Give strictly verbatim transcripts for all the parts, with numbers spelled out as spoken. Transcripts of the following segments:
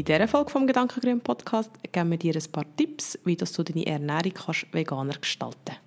In dieser Folge vom Gedankengrün Podcast geben wir dir ein paar Tipps, wie du deine Ernährung kannst veganer gestalten kannst.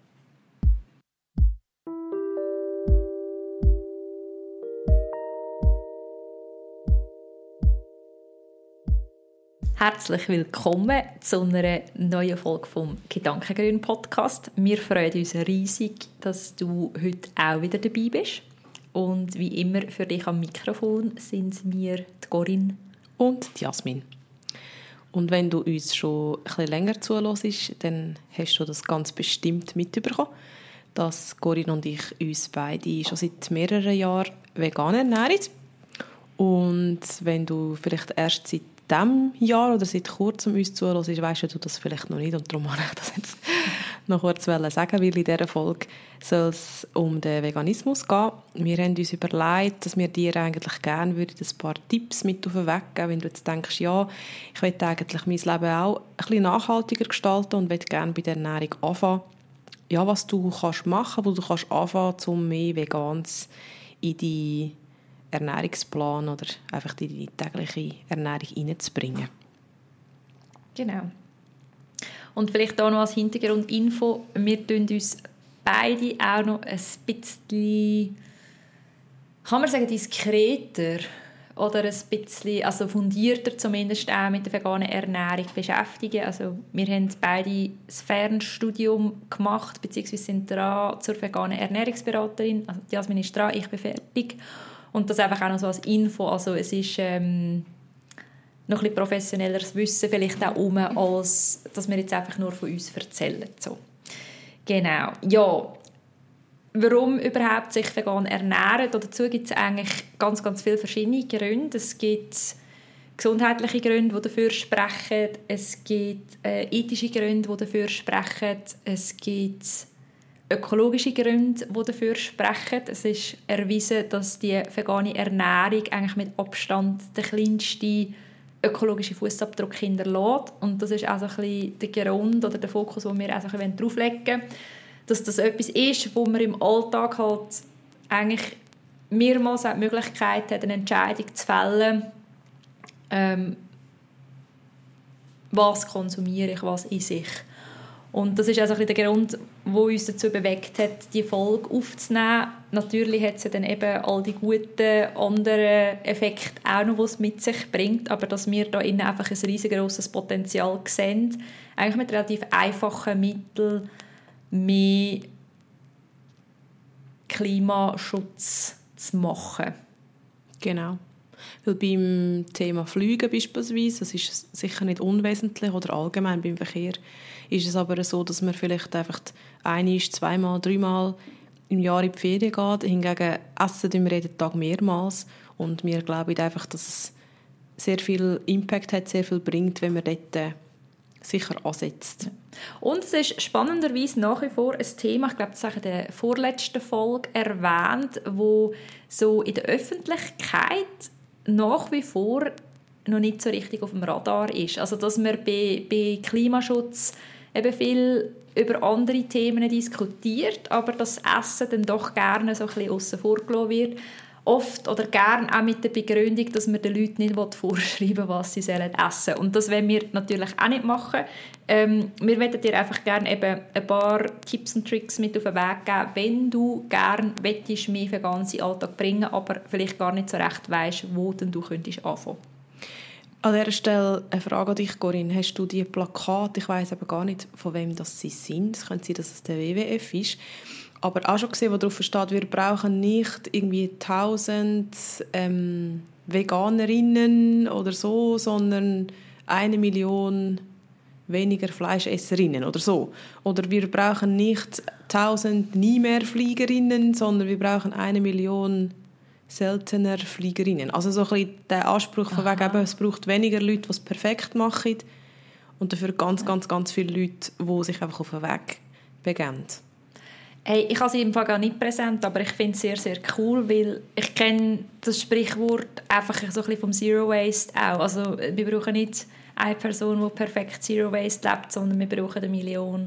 Herzlich willkommen zu einer neuen Folge vom Gedankengrün Podcast. Wir freuen uns riesig, dass du heute auch wieder dabei bist. Und wie immer für dich am Mikrofon sind wir die Corinne und die Jasmin. Und wenn du uns schon ein bisschen länger zuhörst, dann hast du das ganz bestimmt mitbekommen, dass Corinne und ich uns beide schon seit mehreren Jahren vegan ernähren. Und wenn du vielleicht erst seit diesem Jahr oder seit kurzem uns zuhörst, weisst du das vielleicht noch nicht. Und darum wollte ich das jetzt noch kurz sagen, weil in dieser Folge soll es um den Veganismus gehen. Wir haben uns überlegt, dass wir dir eigentlich gerne ein paar Tipps mit auf den Weg geben, wenn du jetzt denkst, ja, ich möchte eigentlich mein Leben auch ein bisschen nachhaltiger gestalten und möchte gerne bei der Ernährung anfangen. Ja, was du kannst machen, wo du kannst anfangen, um mehr Vegans in die Ernährungsplan oder einfach in die tägliche Ernährung hineinzubringen. Genau. Und vielleicht auch noch als Hintergrundinfo, wir tun uns beide auch noch ein bisschen, kann man sagen, diskreter oder ein bisschen, also fundierter zumindest auch mit der veganen Ernährung beschäftigen. Also wir haben beide das Fernstudium gemacht, beziehungsweise sind dran zur veganen Ernährungsberaterin. Also Jasmin ist dran, ich bin fertig. Und das einfach auch noch so als Info. Also es ist ähm, noch ein bisschen professionelleres Wissen vielleicht auch um, als dass wir jetzt einfach nur von uns erzählen. So. Genau. Ja, warum überhaupt sich vegan ernähren? Dazu gibt es eigentlich ganz, ganz viele verschiedene Gründe. Es gibt gesundheitliche Gründe, die dafür sprechen. Es gibt äh, ethische Gründe, die dafür sprechen. Es gibt ökologische Gründe, die dafür sprechen. Es ist erwiesen, dass die vegane Ernährung eigentlich mit Abstand der kleinste ökologische Fußabdruck hinterlässt. Und das ist auch so ein bisschen der Grund oder der Fokus, den wir auch so ein bisschen drauf legen wollen, dass das etwas ist, wo man im Alltag halt eigentlich mehrmals die Möglichkeit hat, eine Entscheidung zu fällen, ähm, was konsumiere ich, was esse ich. Und das ist also ein bisschen der Grund, der uns dazu bewegt hat, diese Folge aufzunehmen. Natürlich hat es ja dann eben all die guten anderen Effekte auch noch, die es mit sich bringt, aber dass wir da innen einfach ein riesengroßes Potenzial sehen, eigentlich mit relativ einfachen Mitteln mehr Klimaschutz zu machen. Genau. Weil beim Thema Fliegen beispielsweise, das ist sicher nicht unwesentlich, oder allgemein beim Verkehr, ist es aber so, dass man vielleicht einfach einmal, zweimal, dreimal im Jahr in die Ferien geht. Hingegen essen wir jeden Tag mehrmals. Und wir glauben einfach, dass es sehr viel Impact hat, sehr viel bringt, wenn man dort äh, sicher ansetzt. Und es ist spannenderweise nach wie vor ein Thema, ich glaube, das habe ich in der vorletzten Folge erwähnt, wo so in der Öffentlichkeit nach wie vor noch nicht so richtig auf dem Radar ist. Also dass man bei, bei Klimaschutz eben viel über andere Themen diskutiert, aber das Essen dann doch gerne so ein bisschen aussen vor gelassen wird. Oft oder gerne auch mit der Begründung, dass man den Leuten nicht vorschreiben will, was sie essen sollen. Und das wollen wir natürlich auch nicht machen. Ähm, wir möchten dir einfach gerne eben ein paar Tipps und Tricks mit auf den Weg geben, wenn du gerne möchtest, mehr vegan in den Alltag bringen, aber vielleicht gar nicht so recht weisst, wo denn du könntest anfangen. An dieser Stelle eine Frage an dich, Corinne. Hast du die Plakate, ich weiss aber gar nicht, von wem das sie sind. Es könnte sein, dass es der W W F ist. Aber auch schon gesehen, wo drauf steht, wir brauchen nicht irgendwie tausend ähm, Veganerinnen oder so, sondern eine Million weniger Fleischesserinnen oder so. Oder wir brauchen nicht tausend nie mehr Fliegerinnen, sondern wir brauchen eine Million seltener Fliegerinnen. Also so ein bisschen der Anspruch von wegen, eben, es braucht weniger Leute, die es perfekt machen und dafür ganz, ganz, ganz viele Leute, die sich einfach auf den Weg begeben. Hey, ich habe sie im Fall gar nicht präsent, aber ich finde es sehr, sehr cool, weil ich kenne das Sprichwort einfach so ein bisschen vom Zero Waste auch. Also wir brauchen nicht eine Person, die perfekt Zero Waste lebt, sondern wir brauchen eine Million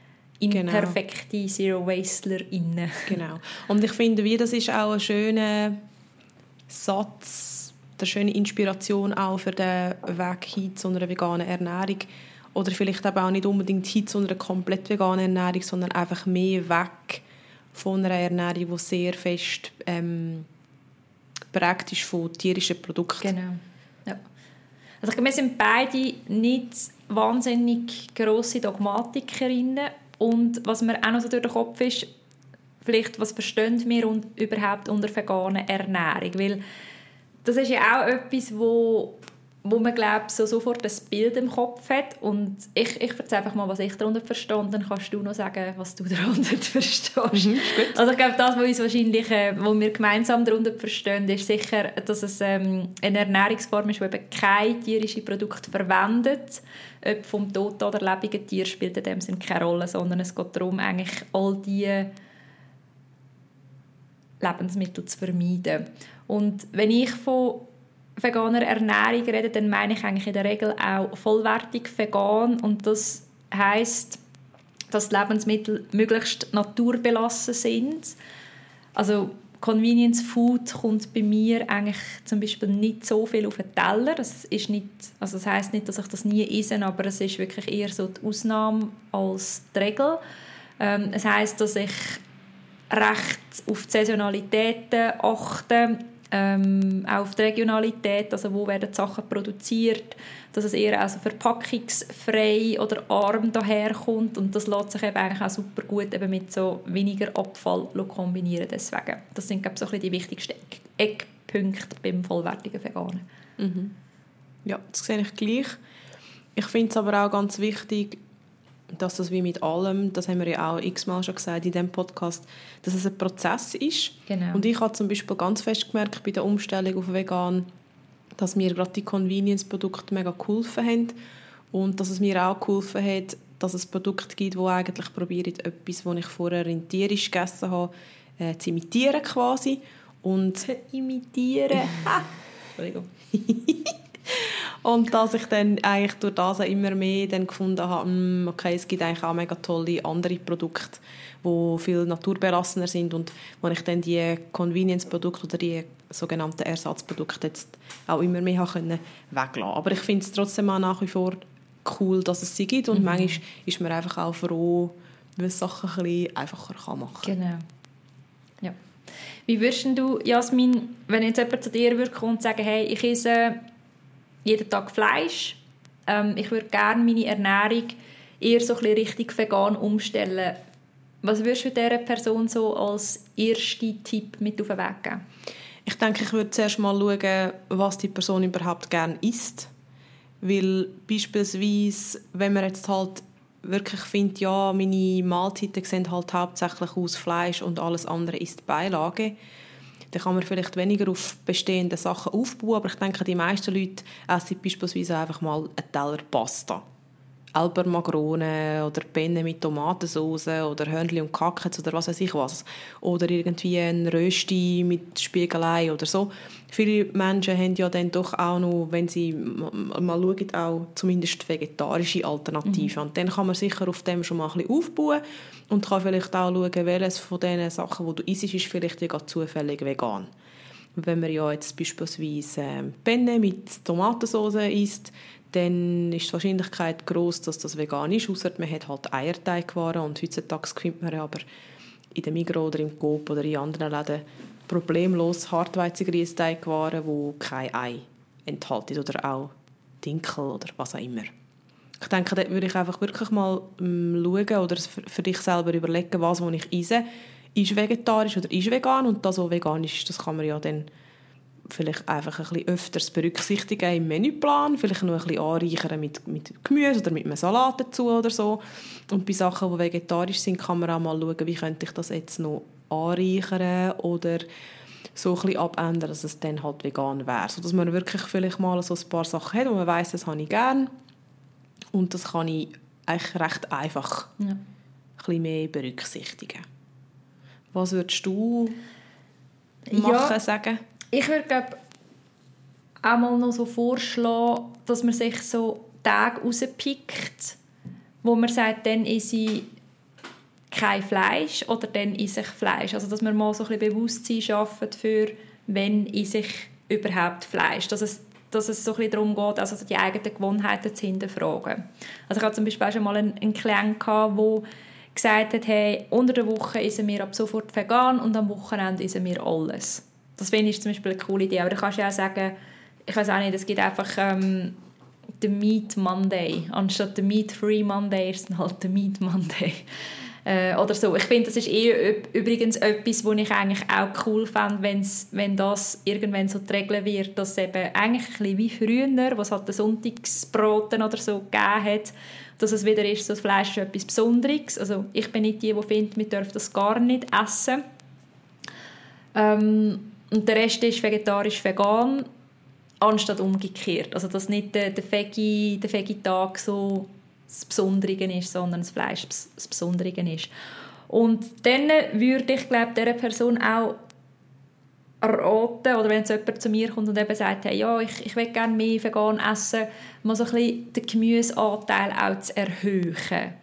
imperfekte genau. Zero Wastler-innen. Genau. Und ich finde, wie das ist auch ein schöner Satz, eine schöne Inspiration auch für den Weg hin zu einer veganen Ernährung. Oder vielleicht eben auch nicht unbedingt hin zu einer komplett veganen Ernährung, sondern einfach mehr weg von einer Ernährung, die sehr fest ähm, prägt ist von tierischen Produkten. Genau. Ja. Also ich glaube, wir sind beide nicht wahnsinnig grosse Dogmatikerinnen. Und was mir auch noch so durch den Kopf ist, vielleicht, was verstehen wir und überhaupt unter veganer Ernährung? Weil das ist ja auch etwas, wo, wo man, glaube ich, so sofort ein Bild im Kopf hat. Und ich, ich erzähle einfach mal, was ich darunter verstehe, und dann kannst du noch sagen, was du darunter verstehst. Mhm, also ich glaube, das, was uns wahrscheinlich, äh, wo wir gemeinsam darunter verstehen, ist sicher, dass es ähm, eine Ernährungsform ist, die eben keine tierischen Produkte verwendet. Ob vom toten oder lebenden Tier spielt in dem Sinne keine Rolle, sondern es geht darum, eigentlich all diese Lebensmittel zu vermeiden. Und wenn ich von veganer Ernährung rede, dann meine ich eigentlich in der Regel auch vollwertig vegan. Und das heisst, dass die Lebensmittel möglichst naturbelassen sind. Also Convenience Food kommt bei mir eigentlich zum Beispiel nicht so viel auf den Teller. Das ist nicht, also das heisst nicht, dass ich das nie esse, aber es ist wirklich eher so die Ausnahme als die Regel. Ähm, es heisst, dass ich recht auf die Saisonalitäten achte, ähm, auch auf die Regionalität, also wo werden die Sachen produziert, dass es eher also verpackungsfrei oder arm daherkommt, und das lässt sich eben eigentlich auch super gut eben mit so weniger Abfall kombinieren. Deswegen. Das sind, glaube ich, so ein bisschen die wichtigsten Eckpunkte beim vollwertigen Veganen. Mhm. Ja, das sehe ich gleich. Ich finde es aber auch ganz wichtig, dass das wie mit allem, das haben wir ja auch x-mal schon gesagt in diesem Podcast, dass es ein Prozess ist. Genau. Und ich habe zum Beispiel ganz fest gemerkt bei der Umstellung auf vegan, dass mir gerade die Convenience-Produkte mega geholfen haben und dass es mir auch geholfen hat, dass es Produkte gibt, die eigentlich probieren, etwas, was ich vorher in tierisch gegessen habe, äh, zu imitieren quasi. Und zu imitieren? Entschuldigung. Und dass ich dann eigentlich durch das immer mehr dann gefunden habe, okay, es gibt eigentlich auch mega tolle andere Produkte, die viel naturbelassener sind und wo ich dann die Convenience-Produkte oder die sogenannten Ersatzprodukte jetzt auch immer mehr habe können weglassen. Aber ich finde es trotzdem auch nach wie vor cool, dass es sie gibt, und mhm. manchmal ist man einfach auch froh, weil es Sachen ein bisschen einfacher machen kann. Genau. Ja. Wie würdest du, Jasmin, wenn jetzt jemand zu dir würde kommen und sagen, hey, ich esse jeden Tag Fleisch, ähm, ich würde gerne meine Ernährung eher so ein bisschen Richtung vegan umstellen. Was würdest du dieser Person so als ersten Tipp mit auf den Weg geben? Ich denke, ich würde zuerst mal schauen, was die Person überhaupt gerne isst. Weil beispielsweise, wenn man jetzt halt wirklich findet, ja, meine Mahlzeiten sehen halt hauptsächlich aus Fleisch und alles andere ist Beilage, dann kann man vielleicht weniger auf bestehende Sachen aufbauen, aber ich denke, die meisten Leute essen beispielsweise einfach mal einen Teller Pasta. Elber Magrone oder Penne mit Tomatensauce oder Hörnli und Kackets oder was weiß ich was. Oder irgendwie ein Rösti mit Spiegelei oder so. Viele Menschen haben ja dann doch auch noch, wenn sie mal schauen, auch zumindest vegetarische Alternativen. Mhm. Und dann kann man sicher auf dem schon mal ein bisschen aufbauen und kann vielleicht auch schauen, welches von diesen Sachen, die du isst, ist vielleicht ja gerade zufällig vegan. Wenn man ja jetzt beispielsweise Penne mit Tomatensauce isst, dann ist die Wahrscheinlichkeit gross, dass das vegan ist, ausser man hat halt Eierteigwaren, und heutzutage findet man aber in der Migros oder im Coop oder in anderen Läden problemlos Hartweizengrießteigwaren, die kein Ei enthalten oder auch Dinkel oder was auch immer. Ich denke, da würde ich einfach wirklich mal ähm, schauen oder für dich selber überlegen, was, was ich esse, ist vegetarisch oder ist vegan, und das, was vegan ist, das kann man ja dann vielleicht einfach ein bisschen öfters berücksichtigen im Menüplan, vielleicht noch ein bisschen anreichern mit, mit Gemüse oder mit einem Salat dazu oder so. Und bei Sachen, die vegetarisch sind, kann man auch mal schauen, wie könnte ich das jetzt noch anreichern oder so ein bisschen abändern, dass es dann halt vegan wäre. Sodass man wirklich vielleicht mal so ein paar Sachen hat, wo man weiss, das habe ich gerne. Und das kann ich eigentlich recht einfach ja. ein bisschen mehr berücksichtigen. Was würdest du machen, ja. sagen? Ich würde glaube auch mal noch so vorschlagen, dass man sich so Tage rauspickt, wo man sagt, dann esse ich kein Fleisch oder dann esse ich Fleisch. Also dass man mal so ein bisschen Bewusstsein schafft für, wenn esse ich überhaupt Fleisch? Dass es, dass es so ein bisschen darum geht, also die eigenen Gewohnheiten zu hinterfragen. Also ich hatte zum Beispiel auch schon mal einen, einen Klient, der gesagt hat, hey, unter der Woche essen wir ab sofort vegan und am Wochenende essen wir alles. Das finde ich zum Beispiel eine coole Idee. Aber da kannst du ja auch sagen, ich weiß auch nicht, es gibt einfach ähm, den Meat Monday. Anstatt der Meat Free Monday ist es halt der Meat Monday. Äh, oder so. Ich finde, das ist eh übrigens etwas, was ich eigentlich auch cool fände, wenn's, wenn das irgendwann so die Regel wird, dass es eben eigentlich ein bisschen wie früher, wo es halt den Sonntagsbraten oder so gegeben hat, dass es wieder ist, so das Fleisch ist etwas Besonderes. Also ich bin nicht die, die findet, wir dürfen das gar nicht essen. Ähm, und der Rest ist vegetarisch-vegan, anstatt umgekehrt. Also dass nicht der, der Veggie, der Veggie-Tag so das Besondere ist, sondern das Fleisch das Besondere ist. Und dann würde ich, glaube dieser Person auch raten, oder wenn jetzt jemand zu mir kommt und eben sagt, hey, ja, ich, ich will gerne mehr vegan essen, mal so ein bisschen den Gemüseanteil auch zu erhöhen.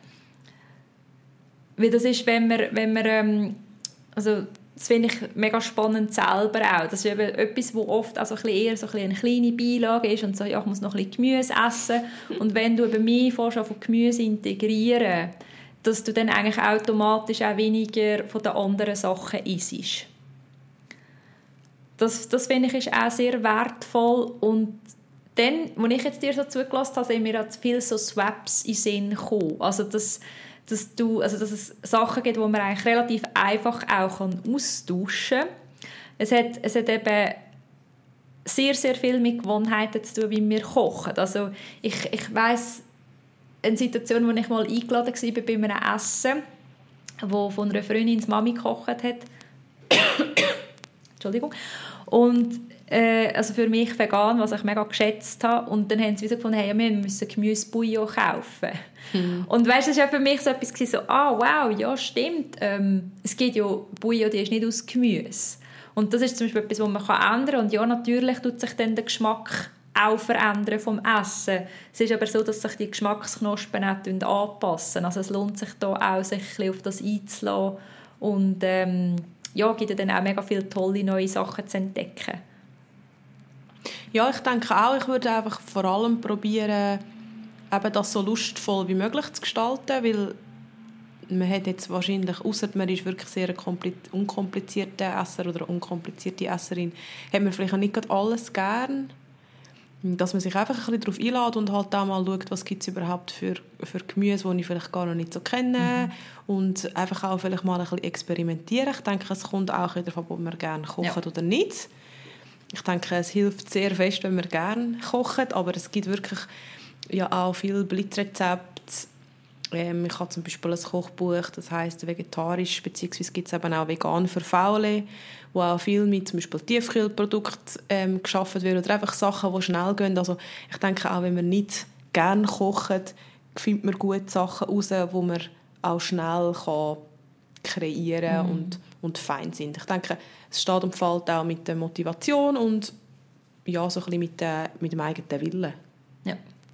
Weil das ist, wenn man, wenn man ähm, also das finde ich mega spannend selber auch. Das ist eben etwas, wo oft also ein eher so ein eine kleine Beilage ist und so, ja, ich muss noch ein bisschen Gemüse essen. Und wenn du eben mehr von Gemüse integrieren, dass du dann eigentlich automatisch auch weniger von den anderen Sachen isst. Das, das finde ich ist auch sehr wertvoll. Und dann, als ich jetzt dir so zugelassen habe, sind mir auch viel so Swaps in den Sinn gekommen. Also das Dass, du, also dass es Sachen gibt, die man eigentlich relativ einfach auch austauschen kann. Es hat, es hat eben sehr, sehr viel mit Gewohnheiten zu tun, wie wir kochen. Also ich, ich weiss eine Situation, wo ich mal eingeladen war bei einem Essen, wo von einer Freundin die Mami gekocht hat. Entschuldigung. Und äh, also für mich vegan, was ich mega geschätzt habe. Und dann haben sie wieder gefunden, hey, wir müssen Gemüsebouillon kaufen. Hm. Und weißt du, das war für mich so etwas, so, ah, wow, ja, stimmt. Ähm, es gibt ja Bouillon, die ist nicht aus Gemüse. Und das ist zum Beispiel etwas, was man ändern kann. Und ja, natürlich tut sich dann der Geschmack auch verändern vom Essen. Es ist aber so, dass sich die Geschmacksknospen auch anpassen. Also es lohnt sich da auch, sich ein bisschen auf das einzulassen. Und ähm, ja, gibt ja dann auch mega viele tolle neue Sachen zu entdecken. Ja, ich denke auch, ich würde einfach vor allem probieren, eben das so lustvoll wie möglich zu gestalten, weil man hat jetzt wahrscheinlich, ausser man ist wirklich sehr unkomplizierter Esser oder unkomplizierte Esserin, hat man vielleicht auch nicht gerade alles gern. Dass man sich einfach ein bisschen darauf einlädt und halt auch mal schaut, was gibt es überhaupt für, für Gemüse, die ich vielleicht gar noch nicht so kenne. Mhm. Und einfach auch vielleicht mal ein bisschen experimentieren. Ich denke, es kommt auch davon, ob man gerne kocht ja. oder nicht. Ich denke, es hilft sehr fest, wenn man gerne kocht, aber es gibt wirklich ja auch viele Blitzrezepte. Ähm, ich habe zum Beispiel ein Kochbuch, das heisst vegetarisch, beziehungsweise gibt es eben auch vegan für Faule, wo auch viel mit zum Beispiel Tiefkühlprodukten ähm, geschaffen wird oder einfach Sachen, die schnell gehen. Also ich denke auch, wenn man nicht gerne kocht, findet man gute Sachen raus, die man auch schnell kann kreieren kann mm. und, und fein sind. Ich denke, es steht und fällt auch mit der Motivation und ja, so ein bisschen mit, der, mit dem eigenen Willen. Ja.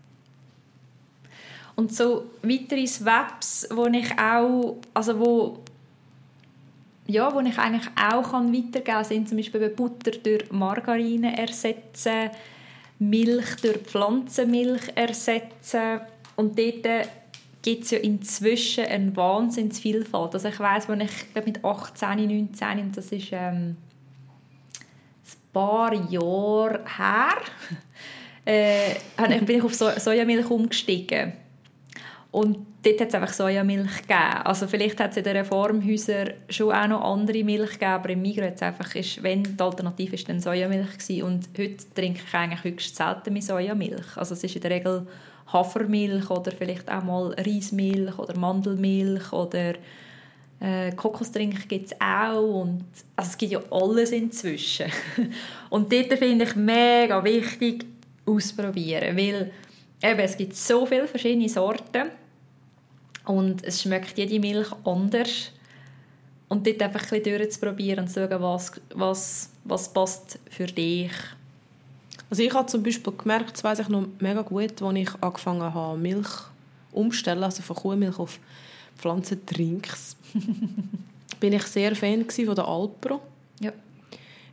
Und so weitere Swaps, wo ich auch, also wo, ja, wo ich eigentlich auch kann weitergeben kann, sind zum Beispiel Butter durch Margarine ersetzen, Milch durch Pflanzenmilch ersetzen. Und dort gibt es ja inzwischen eine Wahnsinnsvielfalt. Also ich weiss, als ich glaube mit achtzehn, neunzehn, und das ist ähm, ein paar Jahre her, äh, bin ich auf so- Sojamilch umgestiegen. Und dort hat es einfach Sojamilch gegeben. Also vielleicht hat es in den Reformhäusern schon auch noch andere Milch gegeben, aber im Migros hat es einfach, ist, wenn die Alternative ist, dann Sojamilch gewesen. Und heute trinke ich eigentlich höchst selten mehr Sojamilch. Also es ist in der Regel Hafermilch oder vielleicht auch mal Reismilch oder Mandelmilch oder äh, Kokosdrink gibt es auch. Und, also es gibt ja alles inzwischen. Und dort finde ich mega wichtig, ausprobieren, weil eben, es gibt so viele verschiedene Sorten und es schmeckt jede Milch anders. Und dort einfach ein bisschen durchzuprobieren und zu schauen, was, was, was passt für dich. Also ich habe zum Beispiel gemerkt, das weiss ich noch mega gut, als ich angefangen habe, Milch umzustellen, also von Kuhmilch auf Pflanzendrinks, bin ich sehr Fan von der Alpro. Ja.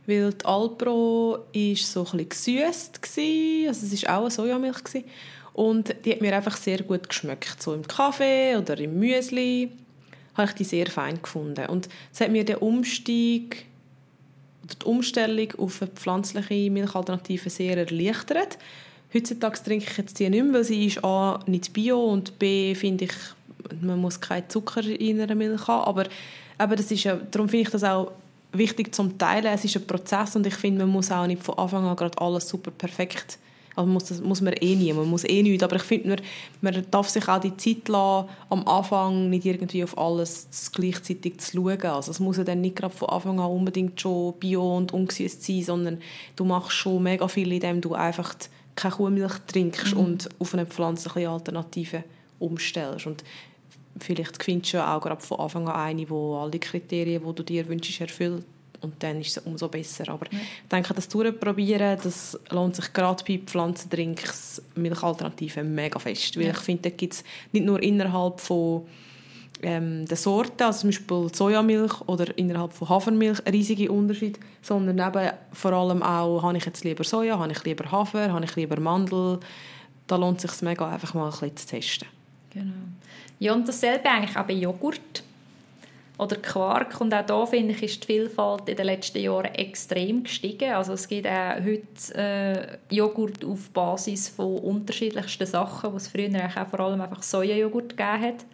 weil die Alpro war so ein bisschen gesüsst, also es war auch eine Sojamilch gewesen. Und die hat mir einfach sehr gut geschmeckt, so im Kaffee oder im Müsli, habe ich die sehr fein gefunden. Und es hat mir den Umstieg oder die Umstellung auf eine pflanzliche Milchalternative sehr erleichtert. Heutzutage trinke ich jetzt die nicht mehr, weil sie ist A, nicht bio und B, finde ich, man muss keinen Zucker in einer Milch haben. Aber, aber das ist ja, darum finde ich das auch wichtig zum Teilen. Es ist ein Prozess und ich finde, man muss auch nicht von Anfang an gerade alles super perfekt. Also muss, das muss man eh nie, man muss eh nichts. Aber ich finde, man, man darf sich auch die Zeit lassen, am Anfang nicht irgendwie auf alles gleichzeitig zu schauen. Also es muss ja dann nicht gerade von Anfang an unbedingt schon bio und ungesüßt sein, sondern du machst schon mega viel, indem du einfach keine Kuhmilch trinkst mhm. und auf eine pflanzliche Alternative umstellst. Und vielleicht findest du auch gerade von Anfang an eine, die alle Kriterien, die du dir wünschst, erfüllt. Und dann ist es umso besser. Aber ja. ich denke, das durchprobieren, das lohnt sich gerade bei Pflanzendrinks, Milchalternativen mega fest. Weil ja. ich finde, da gibt es nicht nur innerhalb von ähm, der Sorten, also zum Beispiel Sojamilch oder innerhalb von Hafermilch, riesige Unterschiede, sondern eben vor allem auch, habe ich jetzt lieber Soja, habe ich lieber Hafer, habe ich lieber Mandel. Da lohnt es sich mega, einfach mal ein bisschen zu testen. Genau. Ja, und dasselbe eigentlich auch bei Joghurt oder Quark. Und auch da, finde ich, ist die Vielfalt in den letzten Jahren extrem gestiegen. Also es gibt auch heute äh, Joghurt auf Basis von unterschiedlichsten Sachen, was es früher auch vor allem einfach Sojajoghurt gegeben hat.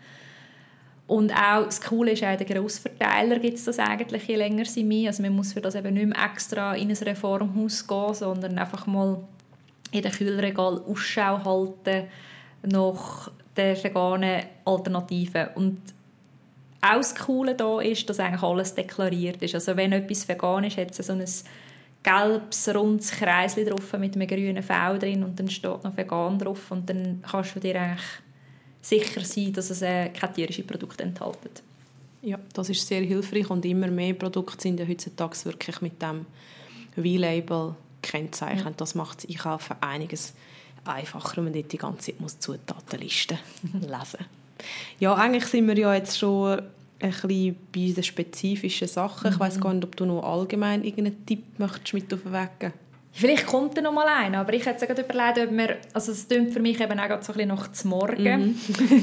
Und auch das Coole ist, auch in den Grossverteilern gibt es das eigentlich je länger sie mehr. Also man muss für das eben nicht mehr extra in ein Reformhaus gehen, sondern einfach mal in den Kühlregal Ausschau halten nach der veganen Alternativen. Und auch das Coole da ist, dass eigentlich alles deklariert ist. Also wenn etwas vegan ist, hat es so ein gelbes, rundes Kreischen drauf mit einem grünen V drin und dann steht noch vegan drauf und dann kannst du dir eigentlich sicher sein, dass es äh, keine tierischen Produkte enthält. Ja, das ist sehr hilfreich und immer mehr Produkte sind ja heutzutage wirklich mit dem V-Label gekennzeichnet. Ja. Das macht das Einkaufen einiges einfacher, wenn man dort die ganze Zeit muss Zutatenlisten lesen muss. Ja, eigentlich sind wir ja jetzt schon ein bisschen bei den spezifischen Sachen. Mhm. Ich weiss gar nicht, ob du noch allgemein irgendeinen Tipp möchtest mit auf den Weg geben. Vielleicht kommt da noch mal einer, aber ich hätte gerade überlegt, ob wir, also es klingt für mich eben auch so ein bisschen nach zum Morgen. Mhm.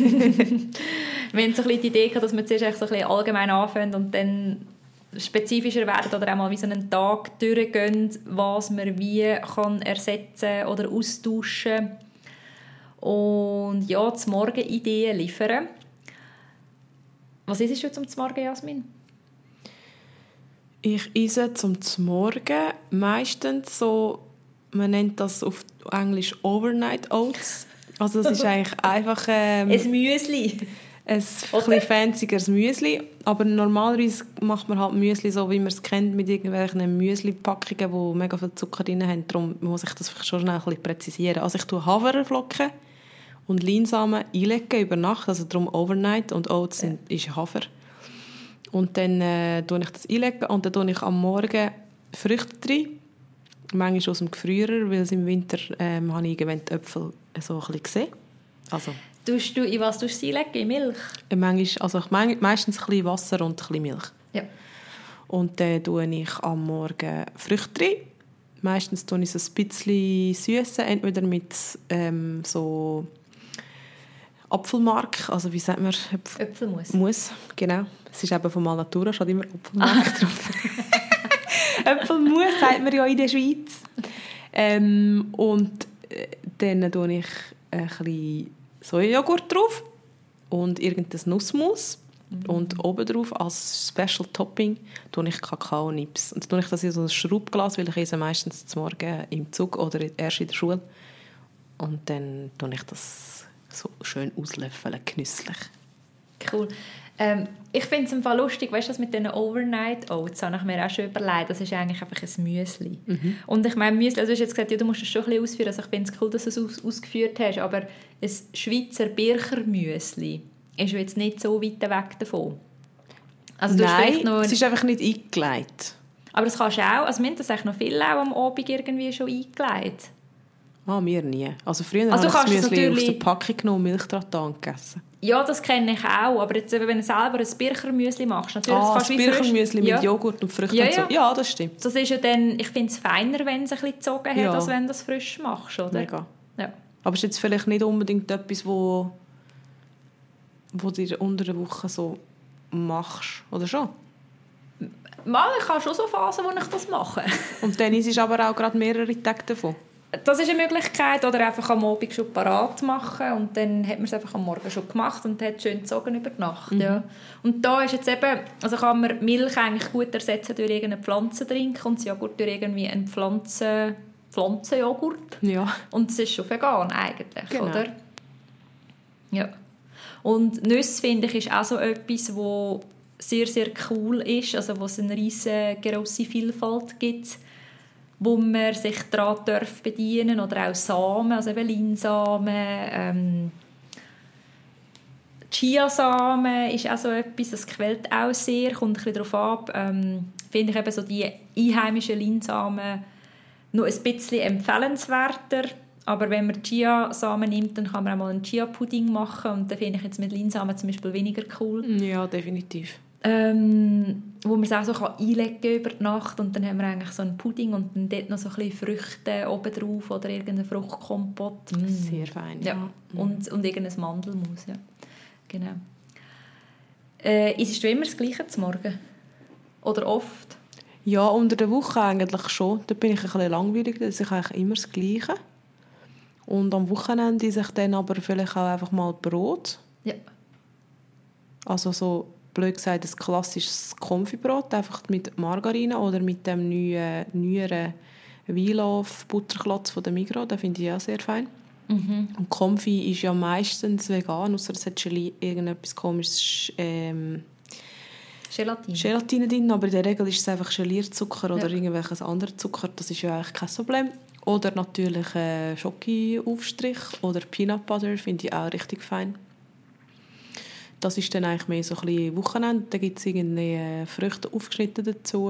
Wenn so ein bisschen die Idee hat, dass wir zuerst so ein bisschen allgemein anfangen und dann spezifischer werden oder auch mal wie so einen Tag durchgehen, was man wie kann ersetzen oder austauschen und ja, zum Morgen Ideen liefern. Was isst du zum Morgen, Jasmin? Ich esse zum Morgen meistens so, man nennt das auf Englisch Overnight Oats. Also das ist eigentlich einfach ähm, ein Müsli. Ein bisschen fancyeres Müsli, aber normalerweise macht man halt Müsli so, wie man es kennt, mit irgendwelchen Müsli-Packungen, die mega viel Zucker drin haben. Darum muss ich das vielleicht schon schnell ein bisschen präzisieren. Also ich tue Haferflocken und Leinsamen einlegen über Nacht, also darum Overnight und Oats sind, ja. ist Hafer. Und dann äh, tue ich das einlegen und dann tue ich am Morgen Früchte rein. Manchmal aus dem Gefrierer, weil es im Winter ähm, habe ich irgendwann die Äpfel so ein bisschen gesehen. Also Tust du, in was tust du sie legen? In Milch? Manchmal, also ich mein, meistens ein bisschen Wasser und ein bisschen Milch. Ja. Und dann tue ich am Morgen Früchte rein. Meistens tue ich es ein bisschen süssen, entweder mit ähm, so Apfelmark, also wie sagt man? Äpf- Äpfelmus. Muss, genau. Es ist eben von Alnatura, steht immer Apfelmark ah. drauf. Äpfelmus sagt man ja in der Schweiz. Ähm, und dann tue ich ein bisschen Sojajoghurt drauf und irgendein Nussmus. Mhm. Und oben drauf als Special Topping tue ich Kakaonips. Und dann tue ich das in so ein Schraubglas, weil ich esse meistens zum Morgen im Zug oder erst in der Schule. Und dann tue ich das so schön auslöffeln, genüsslich. Cool. Ähm, ich finde es im Fall lustig, weißt du, das mit diesen Overnight Oats, habe ich mir auch schon überlegt, das ist eigentlich einfach ein Müsli. Mhm. Und ich meine, Müsli, also du hast jetzt gesagt, ja, du musst es schon ein bisschen ausführen, also ich finde es cool, dass du es aus- ausgeführt hast, aber ein Schweizer Bircher-Müsli ist jetzt nicht so weit weg davon. Also, du Nein, noch es ist einfach nicht eingelegt. Aber das kannst du auch, also wir haben das eigentlich noch viel auch am Abend irgendwie schon eingelegt. Ah, wir nie. Also früher Also habe ich das Müsli natürlich... aus der Packung genommen und Milch dran gegessen. Ja, das kenne ich auch. Aber jetzt, wenn du selber ein Birchermüsli machst, natürlich, ah, das das Birchermüsli mit ja. Joghurt und Früchten ja, und so. Ja. Ja, das stimmt. Das ist ja dann, ich finde es feiner, wenn es ein bisschen gezogen hat, ja. als wenn du das frisch machst, oder? Mega. Ja. Aber es ist jetzt vielleicht nicht unbedingt etwas, wo, wo du unter der Woche so machst, oder schon? Mal, ich habe schon so Phasen, wo ich das mache. Und dann ist es aber auch gerade mehrere Tage davon. Das ist eine Möglichkeit. Oder einfach am Abend schon parat machen und dann hat man es einfach am Morgen schon gemacht und hat schön gezogen über die Nacht. Mhm. Ja. Und da ist jetzt eben, also kann man Milch eigentlich gut ersetzen durch irgendeinen Pflanzendrink und das Joghurt durch irgendwie einen Pflanzen, Pflanzenjoghurt. Ja. Und es ist schon vegan eigentlich, genau. oder? Ja. Und Nüsse, finde ich, ist auch so etwas, wo sehr, sehr cool ist, also wo es eine riesige grosse Vielfalt gibt, wo man sich daran darf bedienen oder auch Samen, also eben Leinsamen, ähm, Chiasamen ist auch so etwas, das quält auch sehr, kommt ein bisschen darauf ab. Ähm, finde ich eben so die einheimischen Leinsamen noch ein bisschen empfehlenswerter, aber wenn man Chiasamen nimmt, dann kann man auch mal einen Chia-Pudding machen und dann finde ich jetzt mit Leinsamen zum Beispiel weniger cool. Ja, definitiv. Ähm, wo man es auch so einlegen kann über die Nacht und dann haben wir eigentlich so einen Pudding und dann dort noch so ein bisschen Früchte oben drauf oder irgendein Fruchtkompott. Mm. Sehr fein, ja. ja. Mm. Und, und irgendein Mandelmus, ja. Genau. Äh, isst du immer das Gleiche zum Morgen? Oder oft? Ja, unter der Woche eigentlich schon. Da bin ich ein bisschen langweilig, da esse ich eigentlich immer das Gleiche. Und am Wochenende esse ich dann aber vielleicht auch einfach mal Brot. Ja. Also so blöd gesagt, ein klassisches Konfibrot, einfach mit Margarine oder mit dem neuen, neueren Weinlauf-Butterklotz von der Migros, den finde ich auch sehr fein. Mhm. Und Konfi ist ja meistens vegan, außer es hat Gelee, irgendetwas komisches ähm, Gelatine. Gelatine drin, aber in der Regel ist es einfach Gelierzucker oder ja. irgendwelches anderes Zucker, das ist ja eigentlich kein Problem. Oder natürlich äh, Schoki-Aufstrich oder Peanut Butter, finde ich auch richtig fein. Das ist dann eigentlich mehr so ein bisschen Wochenende. Da gibt es irgendwie Früchte aufgeschnitten dazu.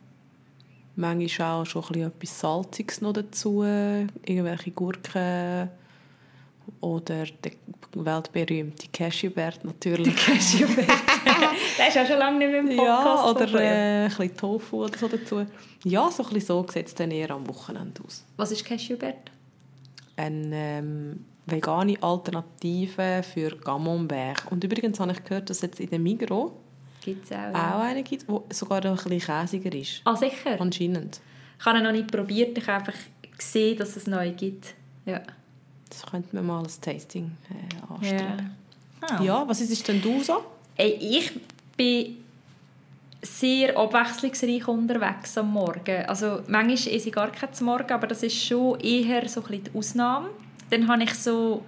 Manchmal auch schon ein bisschen etwas Salziges noch dazu. Irgendwelche Gurken. Oder der weltberühmte Cashewbert natürlich. Cashewbert. Der ist auch schon lange nicht mehr im Podcast. Ja, oder äh, ein bisschen Tofu oder so dazu. Ja, so ein bisschen so sieht es dann eher am Wochenende aus. Was ist Cashewbert? Eine ähm, vegane Alternative für Camembert. Und übrigens habe ich gehört, dass es jetzt in der Migros Gibt's auch, auch ja. eine gibt, die sogar ein bisschen käsiger ist. Ah, sicher? Anscheinend. Ich habe ihn noch nicht probiert, ich habe einfach gesehen, dass es neu gibt. Ja. Das könnte man mal als Tasting äh, anstellen. Ja. Ah. Ja, was ist denn du so? Ey, ich bin sehr abwechslungsreich unterwegs am Morgen. Also manchmal esse ich gar kein zum Morgen, aber das ist schon eher so ein bisschen die Ausnahme. Dann habe ich so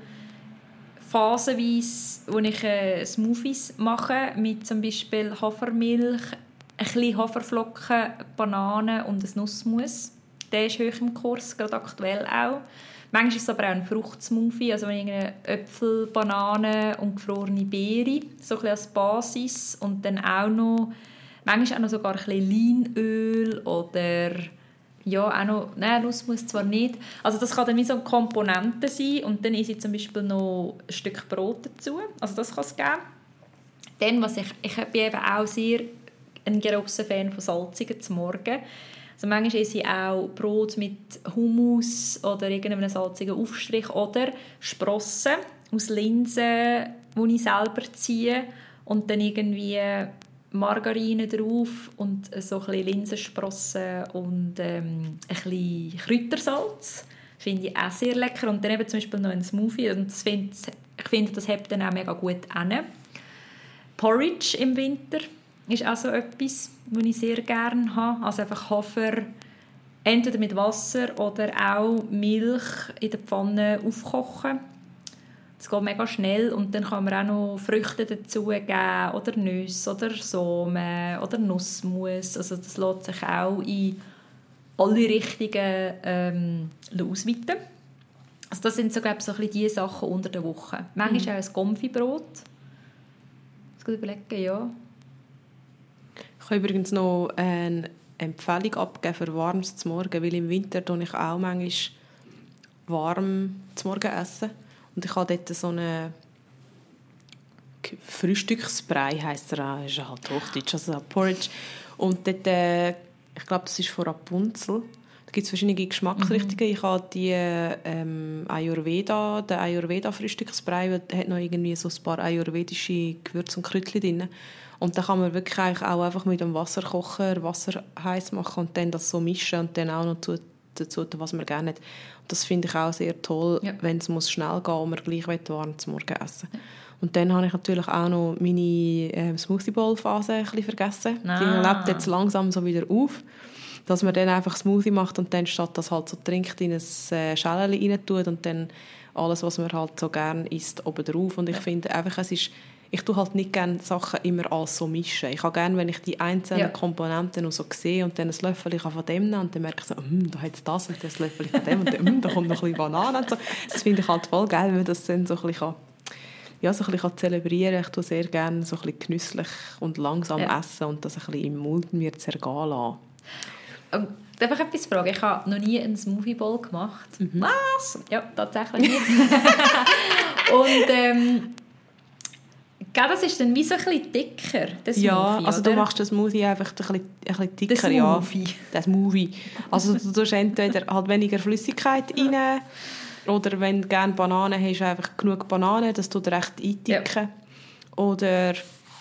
phasenweise, wo ich äh, Smoothies mache, mit zum Beispiel Hafermilch, ein bisschen Haferflocken, Bananen und ein Nussmus. Der ist hoch im Kurs, gerade aktuell auch. Manchmal ist es aber auch ein Fruchtsmoothie, also Äpfel, Bananen und gefrorene Beeren, so ein bisschen als Basis. Und dann auch noch, manchmal auch noch sogar ein bisschen Leinöl oder ja, auch noch, nein, Nussmus zwar nicht. Also das kann dann wie so eine Komponente sein und dann esse ich zum Beispiel noch ein Stück Brot dazu, also das kann es geben. Dann, was ich, ich bin eben auch sehr ein grosser Fan von salzigen zum Morgen. Also manchmal esse ich auch Brot mit Hummus oder irgendeinem salzigen Aufstrich oder Sprossen aus Linsen, die ich selber ziehe und dann irgendwie Margarine drauf und so ein bisschen Linsensprossen und ähm, ein bisschen Kräutersalz. Das finde ich auch sehr lecker. Und dann eben zum Beispiel noch ein Smoothie. Und das find, ich finde, das hebt dann auch mega gut an. Porridge im Winter ist auch so etwas, was ich sehr gerne habe. Also einfach Hafer entweder mit Wasser oder auch Milch in der Pfanne aufkochen. Das geht mega schnell und dann kann man auch noch Früchte dazugeben oder Nüsse oder Samen oder Nussmus. Also das lässt sich auch in alle Richtungen ähm, ausweiten. Also das sind so, glaube ich, so ein bisschen die Sachen unter der Woche. Manchmal mhm. auch ein Konfibrot. Das kann ich überlegen, ja. Ich kann übrigens noch eine Empfehlung abgeben für warmes zum Morgen, weil im Winter tue ich auch manchmal warm zum Morgen essen. Und ich habe dort so eine Frühstücksbrei, heisst er auch, ist halt Hochdeutsch, also Porridge. Und dort, äh, ich glaube, das ist von Rapunzel. Da gibt es verschiedene Geschmacksrichtungen. Mhm. Ich habe die ähm, Ayurveda, den Ayurveda-Frühstücksbrei, der hat noch irgendwie so ein paar ayurvedische Gewürze und Kräutchen drin. Und da kann man wirklich eigentlich auch einfach mit dem Wasserkocher Wasser heiß machen und dann das so mischen und dann auch noch dazu tun, was man gerne hat. Und das finde ich auch sehr toll, ja. wenn es muss schnell gehen und man gleich warm zum Morgen essen. Ja. Und dann habe ich natürlich auch noch meine äh, Smoothie Bowl Phase ein bisschen vergessen. Ah. Die lebt jetzt langsam so wieder auf, dass man dann einfach Smoothie macht und dann statt das halt so trinkt in ein äh, Schälchen rein tut und dann alles, was man halt so gerne isst, oben drauf. Und ich ja. finde einfach, es ist ich tue halt nicht gerne Sachen immer alles so mischen. Ich habe gerne, wenn ich die einzelnen ja. Komponenten noch so sehe und dann ein Löffel von dem nehmen und dann merke ich so, mm, da hat es das und das Löffel von dem und dann, mm, da kommt noch ein bisschen Banane und so. Das finde ich halt voll geil, weil das dann so ein bisschen, ja, so ein bisschen zelebrieren kann. Ich tue sehr gerne so ein bisschen genüsslich und langsam ja. essen und das ein bisschen im Mund mir zergehen lassen. Um, darf ich etwas fragen? Ich habe noch nie einen Smoothie Bowl gemacht. Mhm. Was? Ja, tatsächlich nicht. und ähm, das ist dann wie so ein bisschen dicker, der Smoothie, ja, also oder? Du machst den Smoothie einfach ein bisschen, ein bisschen dicker. Der Smoothie. Ja. Der Smoothie. Also du tust entweder halt weniger Flüssigkeit rein oder wenn du gerne Bananen hast, einfach genug Bananen, dass du dir recht eindicken. Ja. Oder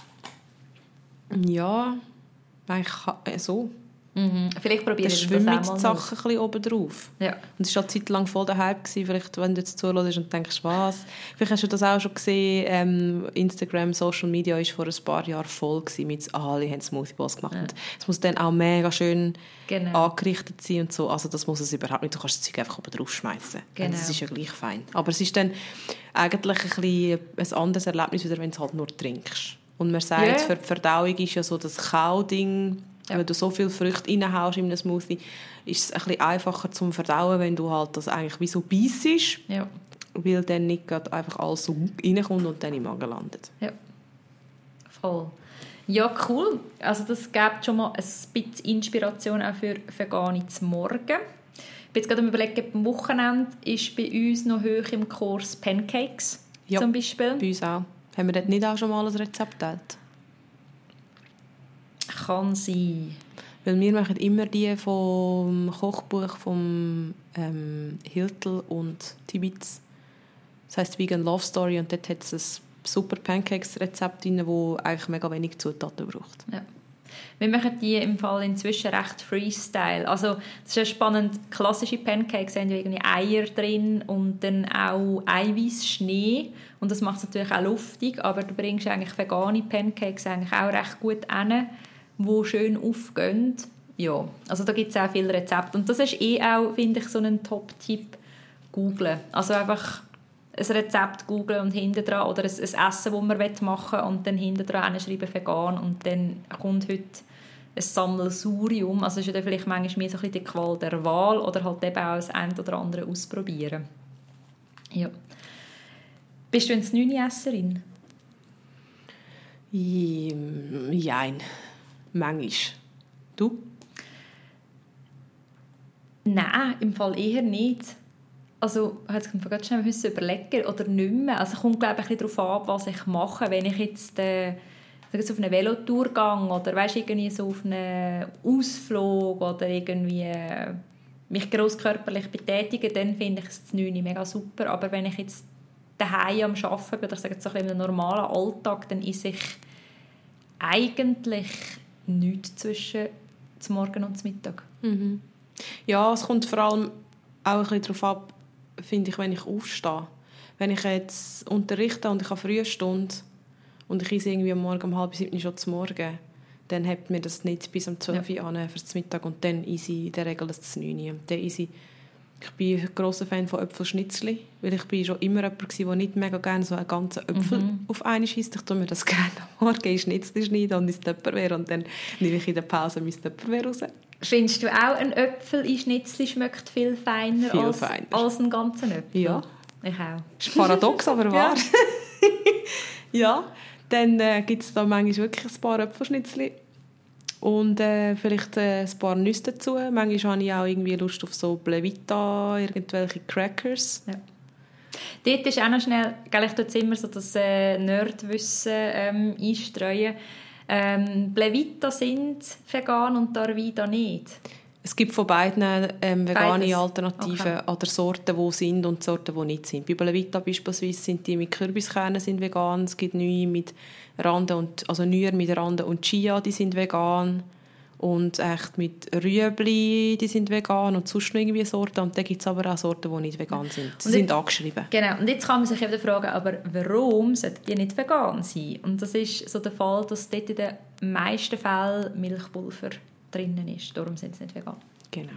ja, eigentlich so. Mhm. Vielleicht probiere ich das auch mal. Die Sachen ein bisschen oben drauf. Ja. Und es war eine Zeit lang voll der Hype gewesen, vielleicht, wenn du jetzt zuhörst und denkst, was? Vielleicht hast du das auch schon gesehen, ähm, Instagram, Social Media war vor ein paar Jahren voll gewesen, mit alle haben Smoothie Bowls gemacht. Ja. Und es muss dann auch mega schön genau. angerichtet sein und so. Also das muss es überhaupt nicht. Du kannst das Zeug einfach oben drauf schmeißen. Genau. Das ist ja gleich fein. Aber es ist dann eigentlich ein, bisschen ein anderes Erlebnis, wieder, wenn du es halt nur trinkst. Und man sagt, yeah. für die Verdauung ist ja so das Kauding. Ja. Wenn du so viele Früchte reinhaust in einem Smoothie, ist es ein bisschen einfacher zum Verdauen, wenn du halt das eigentlich wie so beisst, ja. weil dann nicht gerade einfach alles so reinkommt und dann im Magen landet. Ja, voll. Ja, cool. Also das gibt schon mal ein bisschen Inspiration auch für Vegane zum Morgen. Ich bin jetzt gerade am Überlegen, am Wochenende ist bei uns noch hoch im Kurs Pancakes ja, zum Beispiel. Bei uns auch. Haben wir dort nicht auch schon mal ein Rezept geteilt? Kann sein. Weil wir machen immer die vom Kochbuch von ähm, Hiltl und Tibitz. Das heisst Vegan Love Story und dort hat es ein super Pancakes-Rezept drin, das eigentlich mega wenig Zutaten braucht. Ja. Wir machen die im Fall inzwischen recht Freestyle. Also das ist ja spannend. Klassische Pancakes haben ja irgendwie Eier drin und dann auch Eiweißschnee. Und das macht es natürlich auch luftig, aber du bringst eigentlich vegane Pancakes eigentlich auch recht gut hin, die schön aufgehen. Ja, also da gibt es auch viele Rezepte. Und das ist eh auch, finde ich, so ein Top-Tipp, googlen. Also einfach ein Rezept googlen und hinten dran oder ein, ein Essen, das man machen will und dann hinten dran schreiben vegan und dann kommt heute ein Sammelsurium. Also ist ja dann vielleicht manchmal mehr so ein bisschen die Qual der Wahl oder halt eben auch das eine oder andere ausprobieren. Ja. Bist du eine Neune-Esserin? Jein. Manchmal. Du? Nein, im Fall eher nicht. Also, ich musste mir gerade schnell überlegen oder nicht mehr. Also, es kommt, glaube ich, ein bisschen darauf an, was ich mache. Wenn ich jetzt äh, auf eine Velotour gehe oder weißt, irgendwie so auf einen Ausflug oder irgendwie äh, mich grosskörperlich betätige, dann finde ich das neun mega super. Aber wenn ich jetzt daheim am Arbeiten bin oder ich sage jetzt so ein bisschen im normalen Alltag, dann esse ich eigentlich nichts zwischen zum Morgen und zum Mittag. Mhm. Ja, es kommt vor allem auch ein bisschen darauf ab, finde ich, wenn ich aufstehe. Wenn ich jetzt unterrichte und ich habe Frühstunde und ich esse irgendwie am Morgen um halb sieben schon zum Morgen, dann hebt mir das nicht bis um zwölf Uhr ja. an für den Mittag und dann esse ich in der Regel das neun Uhr. Dann esse ich Ich bin ein grosser Fan von Äpfelschnitzli, weil ich bin schon immer jemand war, der nicht mega gerne so einen ganzen Äpfel mhm. auf einmal isst. Ich tue mir das gerne am Morgen in Schnitzli schneiden und ins Tupperware und dann nehme ich in der Pause mein Tupperware raus. Findest du auch, ein Äpfel in Schnitzli schmeckt viel feiner, viel als, feiner. als ein ganzer Äpfel? Ja. Ich auch. Das ist paradox, aber wahr. Ja, dann äh, gibt es da manchmal wirklich ein paar Äpfelschnitzli. Und äh, vielleicht äh, ein paar Nüsse dazu. Manchmal habe ich auch irgendwie Lust auf so Blevita, irgendwelche Crackers. Ja. Dort ist auch noch schnell, gell, ich tue jetzt immer so das äh, Nerdwissen ähm, einstreuen. Ähm, Blevita sind vegan und Darvida nicht. Es gibt von beiden ähm, vegane Beides. Alternativen Okay. oder Sorten, die sind und Sorten, die nicht sind. Bei Blevita beispielsweise sind die mit Kürbiskernen sind vegan. Es gibt neue mit Rande und also neuer mit Rande und Chia, die sind vegan. Und echt mit Rüebli, die sind vegan und sonst noch irgendwie Sorten. Und dann gibt es aber auch Sorten, die nicht vegan sind. Sie Und sind jetzt, angeschrieben. Genau, und jetzt kann man sich eben fragen, aber warum sollten die nicht vegan sein? Und das ist so der Fall, dass dort in den meisten Fällen Milchpulver drinnen ist. Darum sind sie nicht vegan. Genau.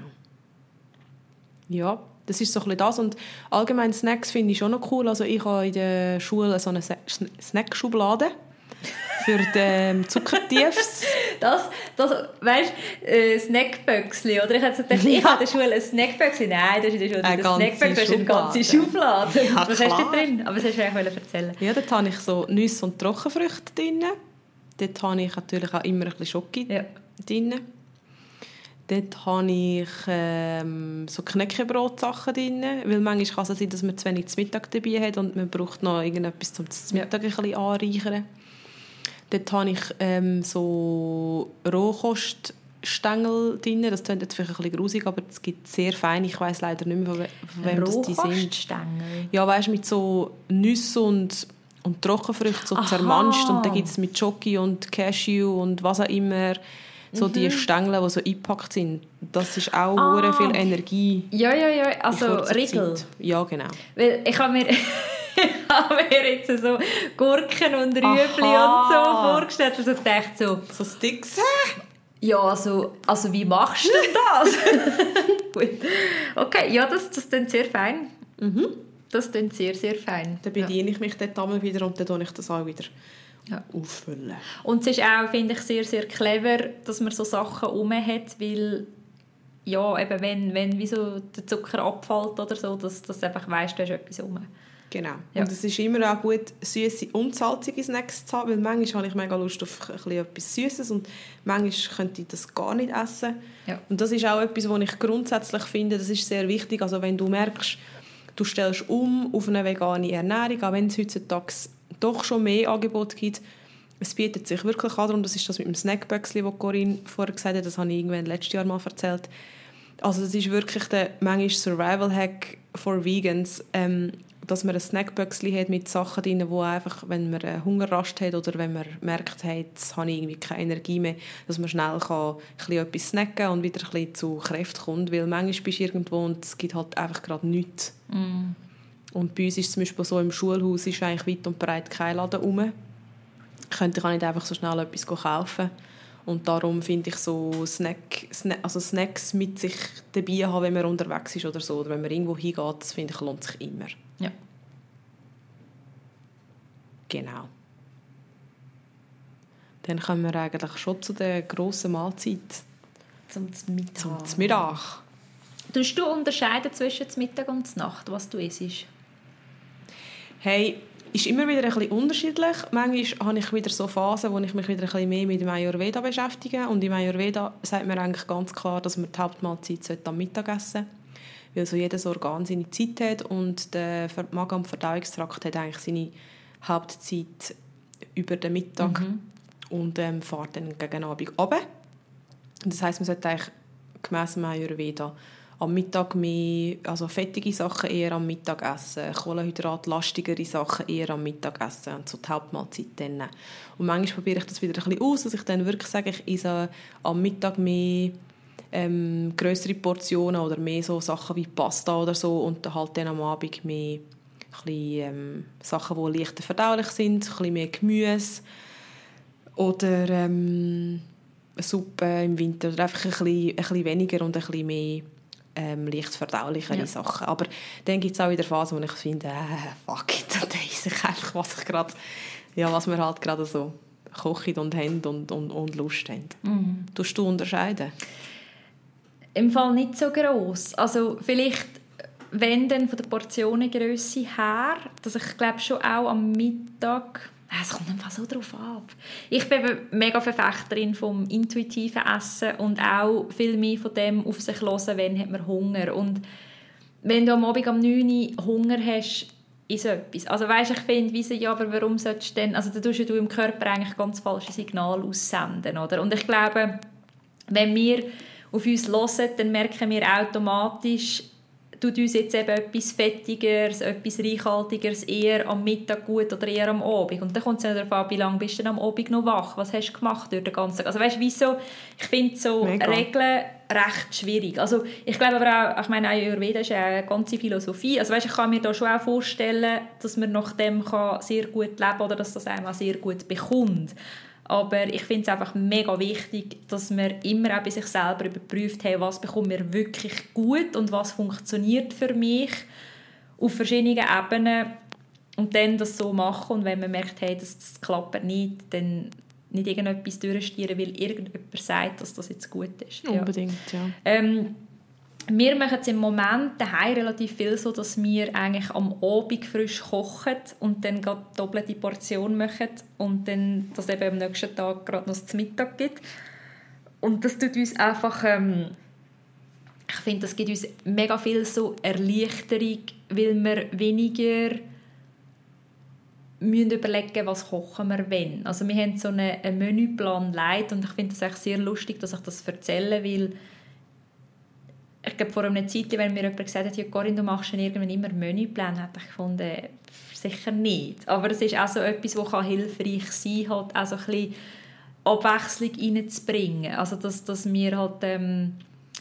Ja, das ist so ein bisschen das. Und allgemein Snacks finde ich schon noch cool. Also ich habe in der Schule so eine Snackschublade für die Zuckertiefs. Das, das weißt du, äh, Snackböckchen, oder? Ich hätte gedacht, ich habe in der Schule ein Snackböckchen. Nein, das ist in der Schule Eine ein Snackböckchen, das ist eine ganze Schublade. Ja, Was klar. hast du drin? Aber das hast du eigentlich erzählen. Ja, dort habe ich so Nüsse und Trockenfrüchte drin. Dort habe ich natürlich auch immer ein bisschen Schoki Ja. drin. Dort habe ich ähm, so Knäckebrot-Sachen drin, weil manchmal kann es sein, dass man zu wenig zu Mittag dabei hat und man braucht noch irgendetwas zum zu Mittag ein bisschen anreichern. Dort habe ich ähm, so Rohkoststängel drin. Das klingt jetzt vielleicht ein bisschen grusig, aber es gibt sehr feine. Ich weiss leider nicht mehr, von, we- von wem das die sind. Rohkoststängel? Ja, weißt du, mit so Nüsse und, und Trockenfrüchten so Aha. zermanscht. Und dann gibt es mit Schoki und Cashew und was auch immer so die Stängel, die so eingepackt sind. Das ist auch Ah. hure viel Energie. Ja, ja, ja. in Also kurzer Riegel. Zeit. Ja, genau. Weil ich habe mir, ich habe mir jetzt so Gurken und Rüebli Aha. und so vorgestellt. Also ich dachte so, So Sticks. ja, also, also wie machst du denn das? Gut. Okay, ja, das, das klingt sehr fein. Mhm. Das klingt sehr, sehr fein. Dann bediene ich mich dort einmal wieder und dann tue ich das auch wieder Ja. auffüllen. Und es ist auch, finde ich, sehr, sehr clever, dass man so Sachen herum hat, weil ja, eben wenn, wenn wie so der Zucker abfällt oder so, dass du einfach weisst, du hast etwas herum. Genau. Ja. Und es ist immer auch gut, süße und salzige Snacks zu haben, weil manchmal habe ich mega Lust auf ein bisschen etwas Süßes und manchmal könnte ich das gar nicht essen. Ja. Und das ist auch etwas, was ich grundsätzlich finde, das ist sehr wichtig. Also wenn du merkst, du stellst um auf eine vegane Ernährung, auch wenn es heutzutage doch schon mehr Angebote gibt, es bietet sich wirklich an, und das ist das mit dem Snackböckchen, das Corinne vorher gesagt hat, das habe ich irgendwann letztes Jahr mal erzählt. Also das ist wirklich der manchmal Survival-Hack for Vegans, ähm, dass man ein Snackböckchen hat mit Sachen drin, wo einfach, wenn man einen Hungerrast hat oder wenn man merkt, hey, jetzt habe ich irgendwie keine Energie mehr, dass man schnell kann, ein bisschen etwas snacken und wieder ein bisschen zu Kräften kommt, weil manchmal bist du irgendwo und es gibt halt einfach gerade nichts. Mm. Und bei uns ist zum Beispiel so, im Schulhaus ist eigentlich weit und breit kein Laden rum. Ich könnte ich nicht einfach so schnell etwas kaufen. Und darum finde ich so Snack, Snack, also Snacks mit sich dabei haben, wenn man unterwegs ist oder so, oder wenn man irgendwo hingeht, das finde ich, lohnt sich immer. Ja. Genau. Dann kommen wir eigentlich schon zu der grossen Mahlzeit. Zum Mittag. Zum Mittag. Tust du unterscheiden zwischen dem Mittag und der Nacht, was du isst? Hey, ist immer wieder ein bisschen unterschiedlich. Manchmal habe ich wieder so Phasen, wo ich mich wieder ein bisschen mehr mit dem Ayurveda beschäftige. Und im Ayurveda sagt man eigentlich ganz klar, dass man die Hauptmahlzeit am Mittag essen sollte. Weil so jedes Organ seine Zeit hat und der Magen- und Verdauungstrakt hat eigentlich seine Hauptzeit über den Mittag Mhm. und ähm, fährt dann gegen Abend runter. Das heisst, man sollte eigentlich gemäss dem Ayurveda am Mittag mehr, also fettige Sachen eher am Mittag essen, kohlenhydratlastigere Sachen eher am Mittag essen und so die Hauptmahlzeit dann. Und manchmal probiere ich das wieder ein bisschen aus, dass ich dann wirklich sage, ich esse am Mittag mehr ähm, grössere Portionen oder mehr so Sachen wie Pasta oder so und halt dann am Abend mehr ein bisschen, ähm, Sachen, die leichter verdaulich sind, ein bisschen mehr Gemüse oder ähm, eine Suppe im Winter oder einfach ein bisschen, ein bisschen weniger und ein bisschen mehr ähm, leicht verdaulichere Ja. Sachen. Aber dann gibt es auch wieder Phasen, wo ich finde, äh, fuck it, dann esse ich einfach, was ich gerade, ja, was wir halt gerade so kochen und haben und, und, und Lust haben. Mhm. Tust du unterscheiden? Im Fall nicht so gross. Also vielleicht, wenn dann von der Portionengrösse her, dass ich glaube schon auch am Mittag, Es kommt einfach so drauf ab. Ich bin mega Verfechterin vom intuitiven Essen und auch viel mehr von dem auf sich hören, wenn hat man Hunger. Und wenn du am Abend um neun Uhr Hunger hast, ist etwas. Also weißt, ich finde, wie ja, aber warum sollst du denn, also da tust du im Körper eigentlich ganz falsche Signale aussenden, oder? Und ich glaube, wenn wir auf uns hören, dann merken wir automatisch, tut uns jetzt eben etwas Fettigeres, etwas Reichhaltigeres eher am Mittag gut oder eher am Abend. Und dann kommt es ja darauf an, wie lange bist du denn am Abend noch wach? Was hast du gemacht durch den ganzen Tag? Also weißt du, wieso? Ich finde so Mega. Regeln recht schwierig. Also ich glaube aber auch, ich meine, Ayurveda ist ja eine ganze Philosophie. Also weißt, ich kann mir da schon auch vorstellen, dass man nach dem kann sehr gut leben kann oder dass das einem auch sehr gut bekommt. Aber ich finde es einfach mega wichtig, dass man immer auch bei sich selber überprüft, hey, was bekommt mir wirklich gut und was funktioniert für mich auf verschiedenen Ebenen und dann das so machen. Und wenn man merkt, hey, das, das klappt nicht, dann nicht irgendetwas durchstieren, weil irgendjemand sagt, dass das jetzt gut ist. Unbedingt, ja. ja. Ähm, wir machen es im Moment daheim relativ viel so, dass wir eigentlich am Abend frisch kochen und dann gerade doppelte Portion machen und dann das eben am nächsten Tag gerade noch zum Mittag gibt. Und das tut uns einfach, ähm, ich finde, das gibt uns mega viel so Erleichterung, weil wir weniger müssen überlegen, was kochen wir wenn. Also wir haben so einen, einen Menüplan leid und ich finde es echt sehr lustig, dass ich das erzähle, weil ich glaube, vor einer Zeit, wenn mir jemand gesagt hat, ja, Corinne, du machst schon irgendwann immer Menüpläne, hätte ich gefunden, sicher nicht. Aber es ist auch so etwas, das hilfreich sein kann, halt auch so ein bisschen Abwechslung reinzubringen. Also, dass, dass wir halt ähm,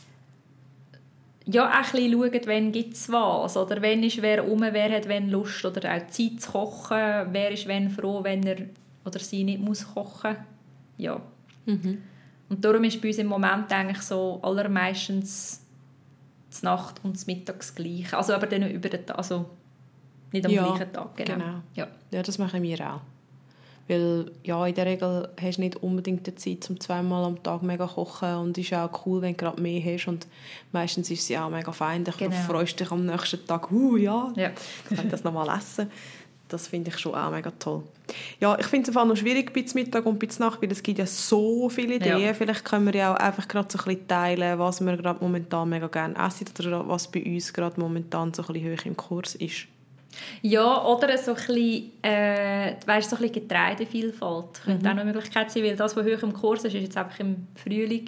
ja, auch ein bisschen schauen, wann gibt es was. Oder wann ist wer rum, wer hat wann Lust. Oder auch Zeit zu kochen. Wer ist wann froh, wenn er oder sie nicht muss kochen. Ja. Mhm. Und darum ist bei uns im Moment eigentlich so allermeistens die Nacht und das Mittag das Gleiche. Also aber dann über den Tag, also nicht am ja, gleichen Tag. Genau. genau. Ja. ja, das machen wir auch. Weil ja, in der Regel hast du nicht unbedingt die Zeit, um zweimal am Tag mega kochen und es ist auch cool, wenn du gerade mehr hast und meistens ist es ja auch mega fein. Du genau. freust dich am nächsten Tag, uh, ja, ja. ich kann das nochmal essen. Das finde ich schon auch mega toll. Ja, ich finde es einfach noch schwierig bei Mittag und bei Nacht, weil es gibt ja so viele Ideen. Ja. Vielleicht können wir ja auch einfach gerade so ein bisschen teilen, was wir gerade momentan mega gerne essen oder was bei uns gerade momentan so ein bisschen hoch im Kurs ist. Ja, oder so ein bisschen, äh, weißt, so ein bisschen Getreidevielfalt. Mhm. Könnte auch eine Möglichkeit sein, weil das, was hoch im Kurs ist, ist jetzt einfach im Frühling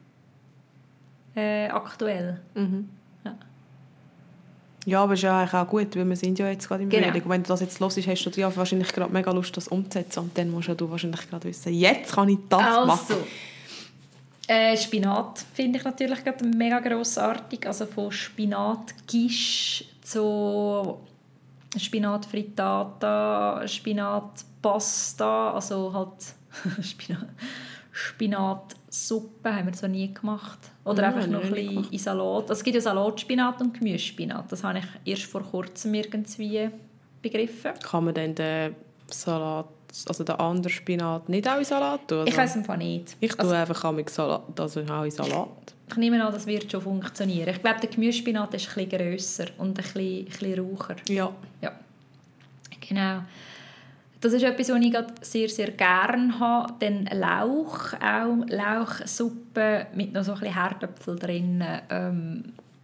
äh, aktuell. Mhm. Ja, aber es ist ja eigentlich auch gut, weil wir sind ja jetzt gerade im Frühling. Genau. Und wenn du das jetzt hörst, hast du ja wahrscheinlich gerade mega Lust, das umzusetzen. Und dann musst du wahrscheinlich gerade wissen, jetzt kann ich das also, machen. Äh, Spinat finde ich natürlich gerade mega grossartig. Also von Spinat-Quiche zu Spinat-Frittata, Spinat-Pasta, also halt Spinat, Spinatsuppe haben wir so nie gemacht. Oder oh, einfach noch ein bisschen in Salat. Also es gibt ja Salatspinat und Gemüsespinat. Das habe ich erst vor kurzem irgendwie begriffen. Kann man dann den Salat, also den anderen Spinat nicht auch in Salat tun? Also ich weiss einfach nicht. Ich tue also, einfach mit Salat, also auch in Salat. Ich nehme an, das wird schon funktionieren. Ich glaube, der Gemüsespinat ist ein bisschen grösser und ein bisschen, ein bisschen raucher. Ja. Ja. Genau. Das ist etwas, was ich sehr, sehr gerne habe. Dann Lauch, auch Lauchsuppe mit noch so ein bisschen Herdöpfel drin. Ähm,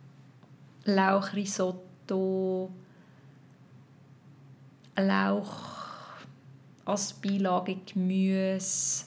Lauchrisotto, Lauch als Beilage, Gemüse.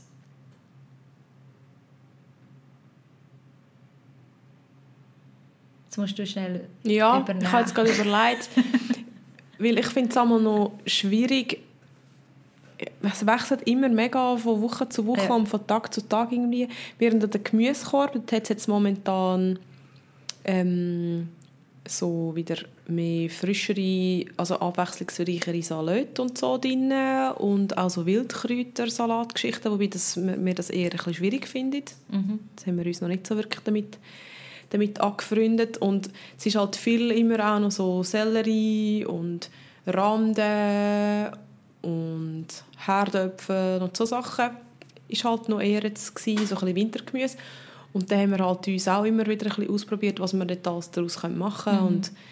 Jetzt musst du schnell ja, übernehmen. Ich habe jetzt gerade überlegt, weil ich finde es einmal noch schwierig. Es wechselt immer mega von Woche zu Woche ja. und von Tag zu Tag irgendwie. Während der Gemüsekorb hat es jetzt momentan ähm, so wieder mehr frischere, also abwechslungsreichere Salate und so drin und auch so Wildkräuter-Salatgeschichten, wobei das, wir das eher ein bisschen schwierig finden. Mhm. Das haben wir uns noch nicht so wirklich damit, damit angefreundet. Und es ist halt viel immer auch noch so Sellerie und Rande und Herdöpfel und so Sachen ist halt noch eher jetzt gewesen, so ein bisschen Wintergemüse. Und dann haben wir halt uns auch immer wieder ein bisschen ausprobiert, was wir daraus machen können. Mhm. Und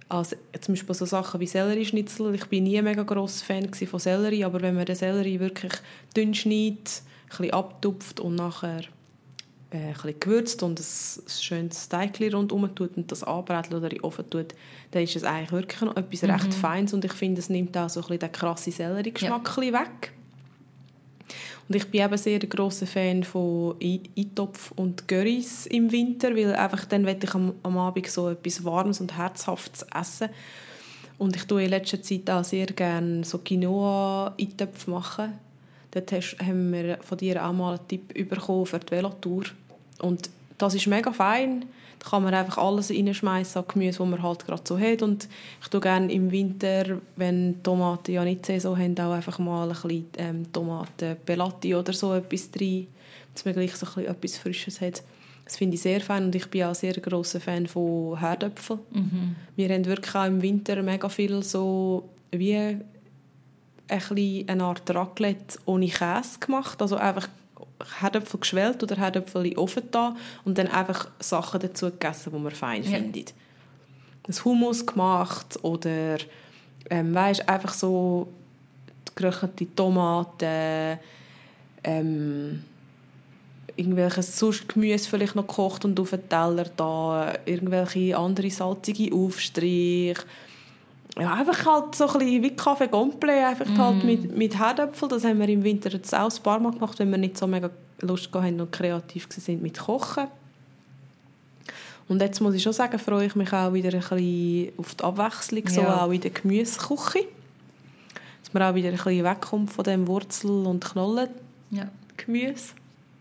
Also, zum Beispiel so Sachen wie Sellerieschnitzel. Ich bin nie ein mega grosser Fan von Sellerie, aber wenn man den Sellerie wirklich dünn schneidet, ein bisschen abtupft und nachher äh, ein bisschen gewürzt und ein, ein schönes Teigchen rundherum tut und das anbrätelt oder in den Ofen tut, dann ist es eigentlich wirklich noch etwas mhm. recht Feines und ich finde, es nimmt auch so ein bisschen den krassen Sellerie-Geschmack ja. weg. Und ich bin eben sehr ein grosser Fan von Eintopf und Currys im Winter, weil einfach dann will ich am, am Abend so etwas Warmes und Herzhaftes essen. Und ich tue in letzter Zeit auch sehr gerne so Quinoa-Eintöpfe machen. Dort hast, haben wir von dir auch mal einen Tipp bekommen für die Velotour. Und das ist mega fein. Da kann man einfach alles reinschmeißen an Gemüse, das man halt gerade so hat. Und ich tue gerne im Winter, wenn Tomaten ja nicht Saison haben, auch einfach mal ein bisschen ähm, Tomaten Pelati oder so etwas rein, dass man gleich so ein bisschen etwas Frisches hat. Das finde ich sehr fein und ich bin auch sehr grosser Fan von Herdöpfeln. Mhm. Wir haben wirklich auch im Winter mega viel so wie ein bisschen eine Art Raclette ohne Käse gemacht. Also einfach Herdöpfel geschwellt oder Herdöpfel in den Ofen da und dann einfach Sachen dazu gegessen, die man fein ja. findet. Ein Hummus gemacht oder ähm, weißt, einfach so getrocknete Tomaten, ähm, irgendwelches sonst Gemüse vielleicht noch gekocht und auf den Teller da, irgendwelche andere salzige Aufstriche. Ja, einfach halt so ein bisschen wie Kaffee Complet, einfach mm. halt mit, mit Herdöpfel. Das haben wir im Winter jetzt auch ein paar Mal gemacht, wenn wir nicht so mega Lust hatten und kreativ waren mit Kochen. Und jetzt muss ich schon sagen, freue ich mich auch wieder ein bisschen auf die Abwechslung, ja. so auch in der Gemüseküche. Dass man auch wieder ein bisschen wegkommt von dem Wurzel- und Knollen-Gemüse.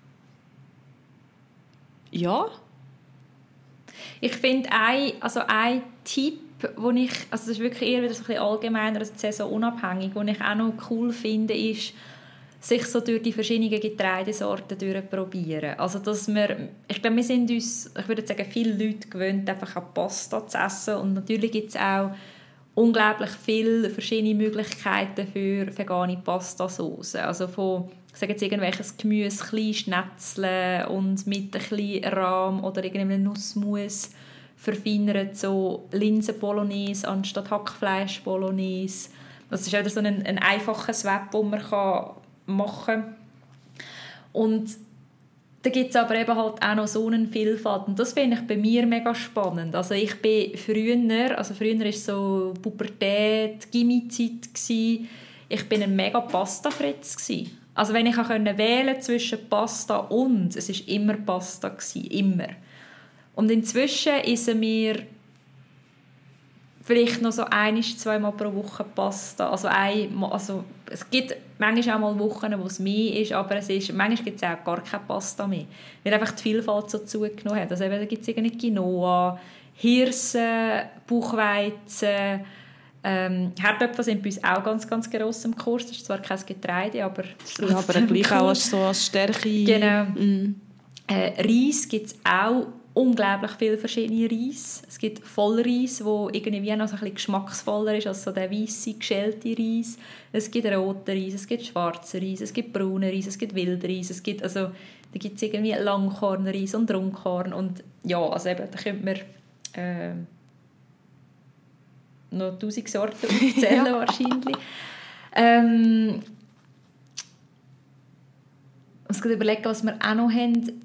Ja. Ich finde, ein, also ein Tipp, wo ich, also das ist wirklich eher wieder so ein bisschen allgemeiner als saisonunabhängig, was ich auch noch cool finde, ist, sich so durch die verschiedenen Getreidesorten durchprobieren. Also dass wir, ich glaube, wir sind uns, ich würde sagen, viele Leute gewöhnt, einfach auch Pasta zu essen und natürlich gibt es auch unglaublich viele verschiedene Möglichkeiten für vegane Pastasauce. Also von, ich sage jetzt irgendwelches Gemüse, klein schnetzeln und mit ein bisschen Rahm oder irgendeinem Nussmus verfeinert, so Linsen-Bolognese anstatt Hackfleisch-Bolognese. Das ist auch so ein, ein einfacher Swap, den man machen kann. Und da gibt es aber eben halt auch noch so eine Vielfalt. Und das finde ich bei mir mega spannend. Also ich bin früher, also früher war so Pubertät, Gimmi-Zeit, ich bin ein mega Pasta-Fritz. Also wenn ich wählen zwischen Pasta und, es war immer Pasta, immer. Und inzwischen ist mir vielleicht noch so ein-, zweimal pro Woche Pasta. Also, ein, also es gibt manchmal auch mal Wochen, wo es mehr ist, aber es ist, manchmal gibt es auch gar keine Pasta mehr. Weil einfach die Vielfalt so zugenommen hat. Also eben, da gibt es irgendwie Quinoa, Hirse, Buchweizen, ähm, Herdöpfel sind bei uns auch ganz, ganz gross im Kurs. Das ist zwar kein Getreide, aber ja, aber gleich auch als, so als Stärke. Genau. Mm. Äh, Reis gibt es auch unglaublich viele verschiedene Reis. Es gibt Vollreis, der irgendwie noch so ein bisschen geschmacksvoller ist als so der weisse, geschälte Reis. Es gibt roten Reis, es gibt schwarzen Reis, es gibt braunen Reis, es gibt Wildreis, es gibt, also, da gibt es irgendwie Langkornreis und Rundkorn. Und ja, also eben, da könnte man äh, noch tausend Sorten aufzählen ja. wahrscheinlich. Ähm, ich muss gerade überlegen, was wir auch noch haben.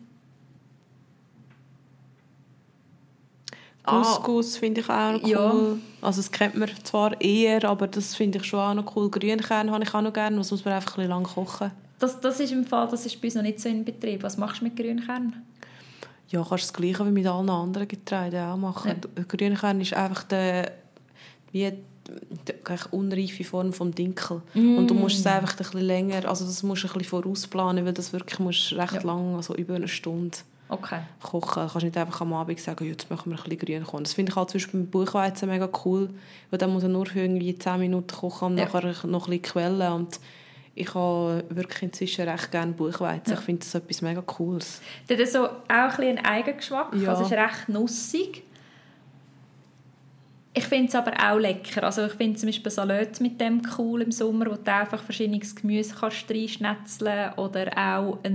Couscous finde ich auch noch cool. Ja. Also das kennt man zwar eher, aber das finde ich schon auch noch cool. Grünkern habe ich auch noch gerne, das muss man einfach ein bisschen lang kochen. Das, das ist im Fall, das ist bei uns noch nicht so in Betrieb. Was machst du mit Grünkern? Ja, kannst du das Gleiche wie mit allen anderen Getreiden auch machen. Ja. Grünkern ist einfach der, wie die unreife Form vom Dinkel. Mm. Und du musst es einfach ein bisschen länger, also das musst du ein bisschen vorausplanen, weil das wirklich musst recht ja. lang, also über eine Stunde okay. kochen. Du kannst nicht einfach am Abend sagen, jetzt machen wir ein bisschen grün kochen. Das finde ich halt zum Beispiel mit Buchweizen mega cool, weil dann muss er nur für irgendwie zehn Minuten kochen und ja. nachher noch ein bisschen quellen. Und ich habe wirklich inzwischen recht gerne Buchweizen. Ja. Ich finde das etwas mega Cooles. Das hat so auch ein bisschen einen Eigengeschmack. Ja. Also es ist recht nussig. Ich finde es aber auch lecker. Also ich finde zum Beispiel Salat mit dem cool im Sommer, wo du einfach verschiedenes Gemüse kannst reinschnetzeln oder auch eine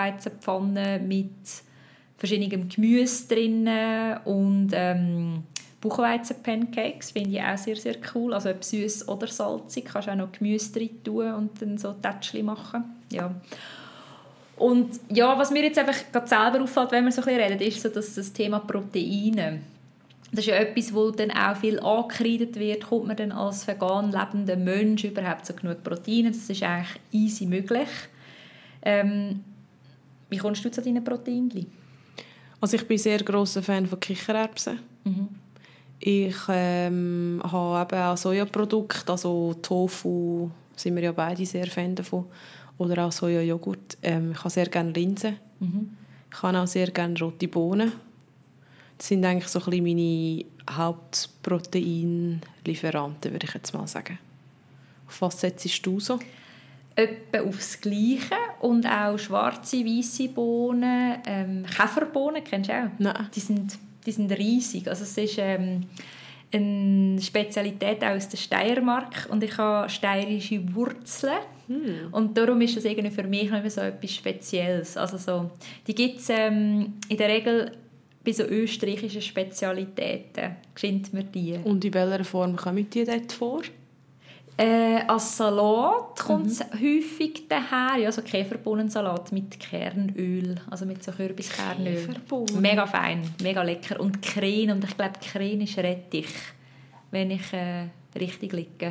Buchweizenpfanne mit verschiedenem Gemüse drin und ähm, Buchweizen-Pancakes, finde ich auch sehr, sehr cool. Also ob süß oder salzig, kannst du auch noch Gemüse rein tun und dann so Tätschchen machen. Ja. Und ja, was mir jetzt einfach gerade selber auffällt, wenn wir so ein bisschen reden, ist so, dass das Thema Proteine, das ist ja etwas, wo dann auch viel angekreidet wird, kommt man dann als vegan lebender Mensch überhaupt so genug Proteine? Das ist eigentlich easy möglich. Ähm, wie kommst du zu deinen Proteinen? Also ich bin sehr grosser Fan von Kichererbsen. Mhm. Ich ähm, habe eben auch Sojaprodukte, also Tofu, sind wir ja beide sehr Fan davon. Oder auch Sojajoghurt. Ähm, ich habe sehr gerne Linsen. Mhm. Ich habe auch sehr gerne rote Bohnen. Das sind eigentlich so ein bisschen meine Hauptproteinlieferanten, würde ich jetzt mal sagen. Auf was setzt du so? Etwa aufs Gleiche und auch schwarze, weisse Bohnen, ähm, Käferbohnen, kennst du auch? Nein. Die sind, die sind riesig. Also es ist ähm, eine Spezialität aus der Steiermark und ich habe steirische Wurzeln. Hm. Und darum ist das irgendwie für mich noch so etwas Spezielles. Also so, die gibt es ähm, in der Regel bei so österreichischen Spezialitäten. Geschwind mir die. Und in welcher Form kommen die dort vor? Äh, als Salat kommt es mhm. häufig daher. Ja, so Käferbohnensalat mit Kernöl, also mit so Kürbiskernöl. Mega fein, mega lecker. Und Kren, und ich glaube, Kren ist Rettich, wenn ich äh, richtig liege.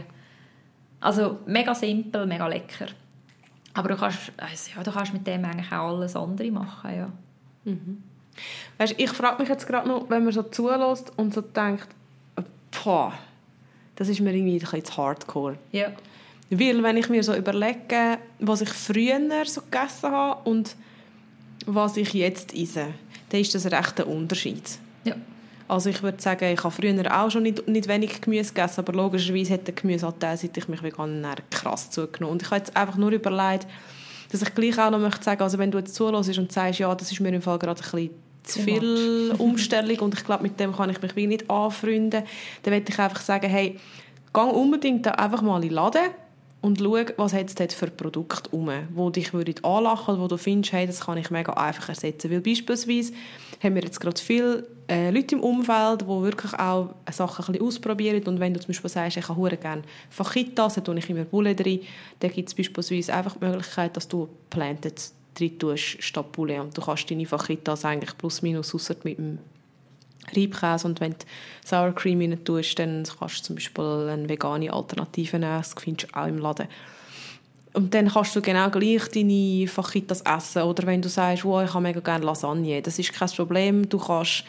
Also mega simpel, mega lecker. Aber du kannst, also, ja, du kannst mit dem eigentlich auch alles andere machen. Ja. Mhm. Weißt, ich frage mich jetzt gerade noch, wenn man so zulässt und so denkt, boah, das ist mir irgendwie ein bisschen zu hardcore. Ja. Weil, wenn ich mir so überlege, was ich früher so gegessen habe und was ich jetzt esse, dann ist das recht ein Unterschied. Ja. Also ich würde sagen, ich habe früher auch schon nicht, nicht wenig Gemüse gegessen, aber logischerweise hat der Gemüseanteil, seit ich mich vegan ernähre, krass zugenommen. Und ich habe jetzt einfach nur überlegt, dass ich gleich auch noch möchte sagen, also wenn du jetzt zuhörst und sagst, ja, das ist mir im Fall gerade ein bisschen zu viel Umstellung und ich glaube, mit dem kann ich mich wie nicht anfreunden, dann möchte ich einfach sagen, hey, geh unbedingt einfach mal in den Laden und schau, was hat es dort für Produkte rum, wo dich anlachen würden, wo du findest, hey, das kann ich mega einfach ersetzen. Weil beispielsweise haben wir jetzt gerade viele äh, Leute im Umfeld, die wirklich auch Sachen ein bisschen ausprobieren. Und wenn du zum Beispiel sagst, ich habe gerne Fajitas, dann tue ich immer Bulle drin, dann gibt es beispielsweise einfach die Möglichkeit, dass du Planted drin tust statt Bulle. Und du kannst deine Fajitas eigentlich plus minus ausser mit dem Reibkäse. Und wenn du Sour Cream rein tust, dann kannst du zum Beispiel eine vegane Alternative nehmen. Das findest du auch im Laden. Und dann kannst du genau gleich deine Fajitas essen. Oder wenn du sagst, oh, ich habe mega gerne Lasagne, das ist kein Problem. Du kannst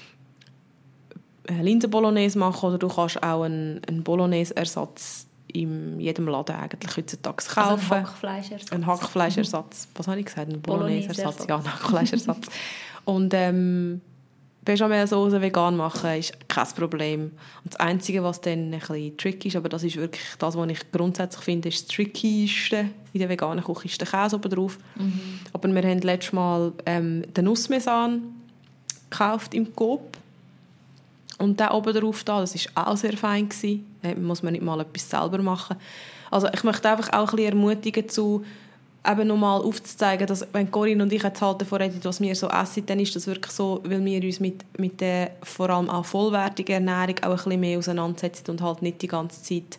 Linsen-Bolognese machen oder du kannst auch einen, einen Bolognese-Ersatz in jedem Laden eigentlich heutzutage kaufen. Also ein Hackfleischersatz. Ein Hackfleischersatz. Was habe ich gesagt? Ein Bolognese-Ersatz. Ja, ein Hackfleischersatz. Und ähm, Bechamel-Sauce vegan machen ist kein Problem. Und das Einzige, was dann ein bisschen tricky ist, aber das ist wirklich das, was ich grundsätzlich finde, ist das Trickyste in der veganen Küche, ist der Käse oben drauf. Mhm. Aber wir haben letztes Mal ähm, den Nussmesan gekauft im Coop. Und der oben drauf, da, das war auch sehr fein. Da muss man nicht mal etwas selber machen. Also ich möchte einfach auch ein bisschen ermutigen, zu, eben nochmal aufzuzeigen, dass wenn Corinne und ich jetzt halt davon reden, was wir so essen, dann ist das wirklich so, weil wir uns mit, mit der vor allem auch vollwertigen Ernährung auch ein bisschen mehr auseinandersetzen und halt nicht die ganze Zeit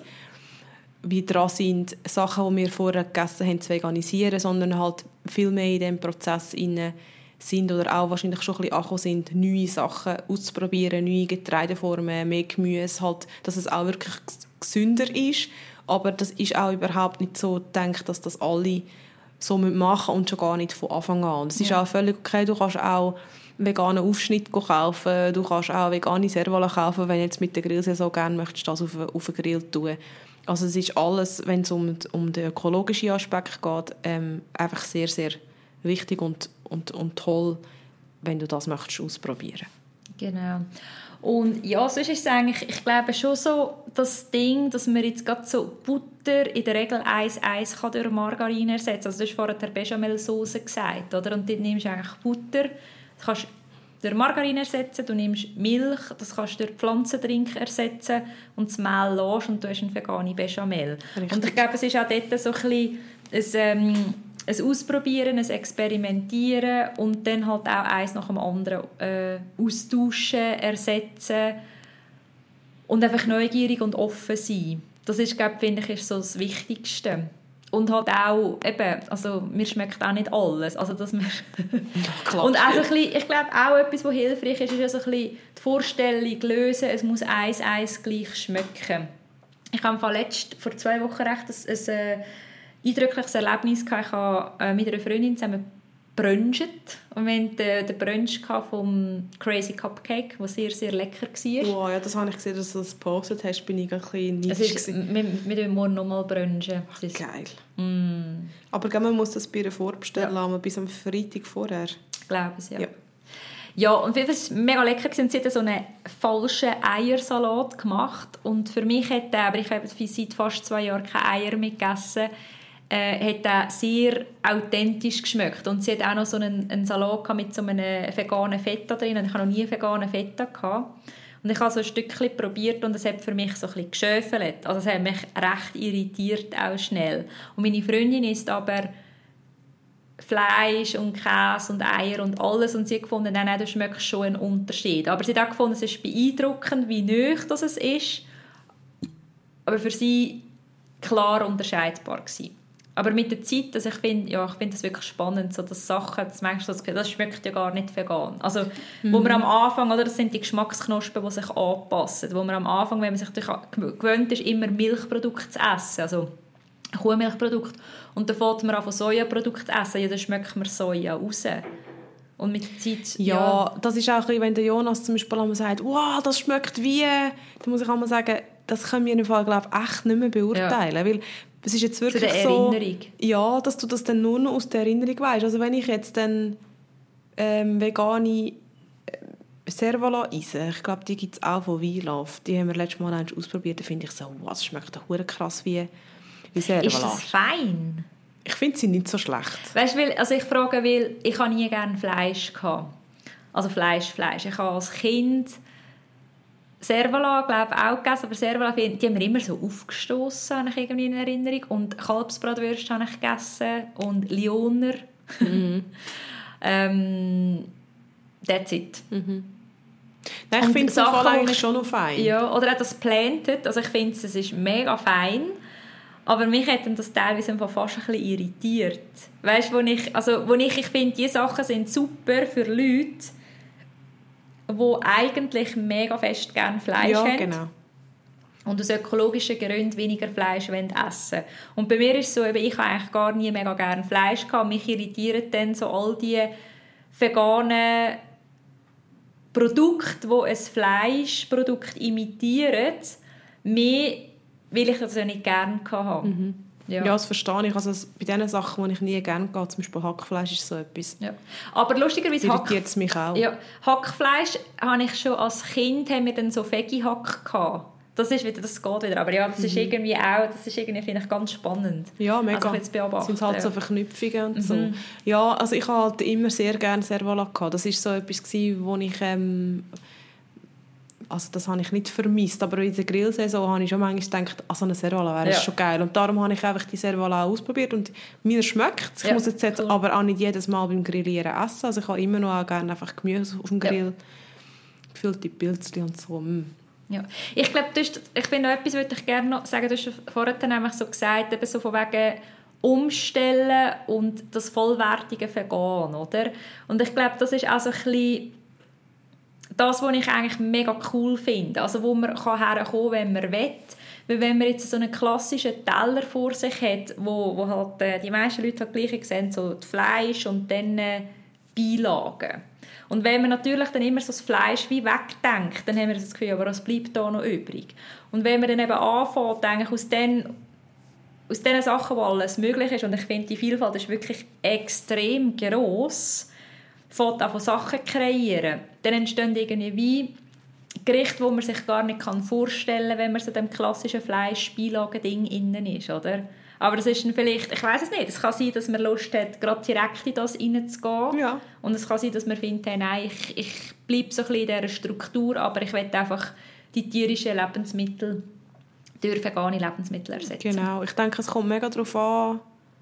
wie dran sind, Sachen, die wir vorher gegessen haben, zu veganisieren, sondern halt viel mehr in diesem Prozess rein sind oder auch wahrscheinlich schon ein bisschen angekommen sind, neue Sachen auszuprobieren, neue Getreideformen, mehr Gemüse, halt, dass es auch wirklich gesünder ist. Aber das ist auch überhaupt nicht so gedacht, dass das alle so machen und schon gar nicht von Anfang an. Und es ist ja auch völlig okay, du kannst auch veganen Aufschnitt kaufen, du kannst auch vegane Servola kaufen, wenn du jetzt mit der Grillsaison gerne möchtest, das auf, auf den Grill tun. Also es ist alles, wenn es um, um den ökologischen Aspekt geht, ähm, einfach sehr, sehr wichtig und, und, und toll, wenn du das möchtest ausprobieren. Genau. Und ja, sonst ist es eigentlich, ich glaube schon so das Ding, dass man jetzt gerade so Butter in der Regel eins zu eins kann durch Margarin ersetzen. Also du hast vorher Bechamel-Sauce gesagt, oder? Und dort nimmst du eigentlich Butter, das kannst du durch Margarin ersetzen, du nimmst Milch, das kannst du durch Pflanzendrink ersetzen und das Mehl lässt und du hast eine vegane Bechamel. Richtig. Und ich glaube, es ist auch dort so ein bisschen ein, ähm, ein Ausprobieren, ein Experimentieren und dann halt auch eins nach dem anderen äh, austauschen, ersetzen Und einfach neugierig und offen sein. Das ist, glaube ich, finde ich, ist so das Wichtigste. Und halt auch, eben, also mir schmeckt auch nicht alles. Also, dass wir Klar. Und also ein bisschen, ich glaube auch etwas, was hilfreich ist, ist also ein bisschen die Vorstellung lösen, es muss eins eins gleich schmecken. Ich habe letzt, vor zwei Wochen recht ein, ein, ein eindrückliches Erlebnis gehabt. Ich habe äh, mit einer Freundin zusammen bruncht. Und wir hatten den, den Brunch vom Crazy Cupcake, der sehr, sehr lecker war. Wow, ja, das habe ich gesehen, dass du das gepostet hast, bin ich ein bisschen neidisch. Ist, wir, wir werden morgen noch mal brunchen. Ach, geil. Mm. Aber man muss das bei ihr vorbestellen, ja. bis am Freitag vorher. Ich glaube es, ja. ja. Ja, und für mich war es mega lecker. Sie hat so einen falschen Eiersalat gemacht. Und für mich hat der, aber ich habe seit fast zwei Jahren keine Eier mehr gegessen, äh, hat der sehr authentisch geschmeckt. Und sie hat auch noch so einen, einen Salat mit so einem veganen Feta drin. Und ich habe noch nie veganen Feta gehabt. Und ich habe so ein Stückchen probiert und es hat für mich so ein bisschen geschöfelt. Also es hat mich recht irritiert, auch schnell. Und meine Freundin isst aber Fleisch und Käse und Eier und alles. Und sie hat gefunden, nein, nein, du schmeckst schon einen Unterschied. Aber sie hat auch gefunden, es ist beeindruckend, wie nahe das es ist. Aber für sie klar unterscheidbar gewesen. Aber mit der Zeit, also ich finde ja, ich find das wirklich spannend, so dass Sachen, das, das, das schmeckt ja gar nicht vegan. Also, mhm. wo man am Anfang, oder, das sind die Geschmacksknospen, die sich anpassen. Wo man am Anfang, wenn man sich gewöhnt ist, immer Milchprodukte zu essen, also Kuhmilchprodukte, und dann fängt man an von Sojaprodukten zu essen, ja, dann schmeckt man Soja raus. Und mit der Zeit... Ja, ja, das ist auch ein bisschen, wenn der Jonas zum Beispiel einmal sagt, wow, das schmeckt wie... Dann muss ich einmal sagen, das können wir in dem Fall, glaube ich, echt nicht mehr beurteilen. Ja. Weil es ist jetzt wirklich so... Ja, dass du das dann nur noch aus der Erinnerung weißt. Also wenn ich jetzt dann ähm, vegane Servala esse, ich glaube, die gibt es auch von Weinlauf. Die haben wir letztes Mal ausprobiert. Da finde ich so, wow, das schmeckt doch verdammt krass wie... Ist das fein? Ich finde sie nicht so schlecht. Weißt du, also ich frage, weil ich habe nie gerne Fleisch gehabt. Also Fleisch, Fleisch. Ich habe als Kind Servala, glaube ich, auch gegessen, aber Servala, die haben mir immer so aufgestoßen, habe ich irgendwie in Erinnerung. Und Kalbsbratwürste habe ich gegessen und Lioner. Mhm. ähm, that's it. Mhm. Nein, ich finde es eigentlich schon noch fein. Ja, oder auch das Planted, also ich finde es ist mega fein. Aber mich hat das teilweise fast ein bisschen irritiert. Weißt, wo ich, also, wo ich, ich finde, diese Sachen sind super für Leute, die eigentlich mega fest gerne Fleisch ja, haben. Genau. Und aus ökologischen Gründen weniger Fleisch essen wollen. Und bei mir ist es so, ich habe eigentlich gar nie mega gerne Fleisch gehabt. Mich irritieren dann so all die veganen Produkte, die ein Fleischprodukt imitieren, mehr, weil ich das ja nicht gerne hatte. Mhm. Ja. ja, das verstehe ich. Also bei den Sachen, die ich nie gerne gehe, zum Beispiel Hackfleisch, ist so etwas. Ja. Aber lustigerweise irritiert es mich auch. Ja, Hackfleisch habe ich schon als Kind, haben wir dann so Veggie-Hack gehabt. Das ist wieder, das geht wieder. Aber ja, das mhm. ist irgendwie auch, das ist irgendwie, finde ich, ganz spannend. Ja, mega. Also jetzt beobachten. Sind halt ja. so Verknüpfungen und mhm. so. Ja, also ich habe halt immer sehr gerne Servala gehabt. Das war so etwas, wo ich... Ähm, also das habe ich nicht vermisst, aber in der Grillsaison habe ich schon manchmal gedacht, also eine Servala wäre ja. schon geil. Und darum habe ich einfach die Servala ausprobiert und mir schmeckt es. Ich ja, muss jetzt, jetzt cool. aber auch nicht jedes Mal beim Grillieren essen. Also ich habe immer noch auch gerne einfach Gemüse auf dem Grill, ja. gefüllte Pilzchen und so. Mm. Ja. Ich glaube, ich finde noch etwas, würde ich gerne noch sagen. Du hast vorhin nämlich so gesagt, eben so von wegen umstellen und das vollwertige Vegan, oder? Und ich glaube, das ist auch so ein bisschen das, was ich eigentlich mega cool finde. Also wo man herkommen kann, wenn man will. Weil wenn man jetzt so einen klassischen Teller vor sich hat, wo, wo halt, äh, die meisten Leute halt gleich sehen, so das Fleisch und dann äh, Beilagen. Und wenn man natürlich dann immer so das Fleisch wie wegdenkt, dann haben wir das Gefühl, aber was bleibt da noch übrig? Und wenn man dann eben anfängt, eigentlich aus den aus den Sachen, wo alles möglich ist, und ich finde, die Vielfalt ist wirklich extrem gross, fängt an von Sachen kreieren, dann entstehen irgendwie Gerichte, wo man sich gar nicht vorstellen kann, wenn man so in dem klassischen Fleisch-Beilagen-Ding innen ist, oder? Aber das ist dann vielleicht, ich weiss es nicht, es kann sein, dass man Lust hat, gerade direkt in das reinzugehen. Ja. Und es kann sein, dass man findet, hey, nein, ich, ich bleibe so ein bisschen in dieser Struktur, aber ich will einfach die tierischen Lebensmittel durch vegane Lebensmittel ersetzen. Genau, ich denke, es kommt mega darauf an,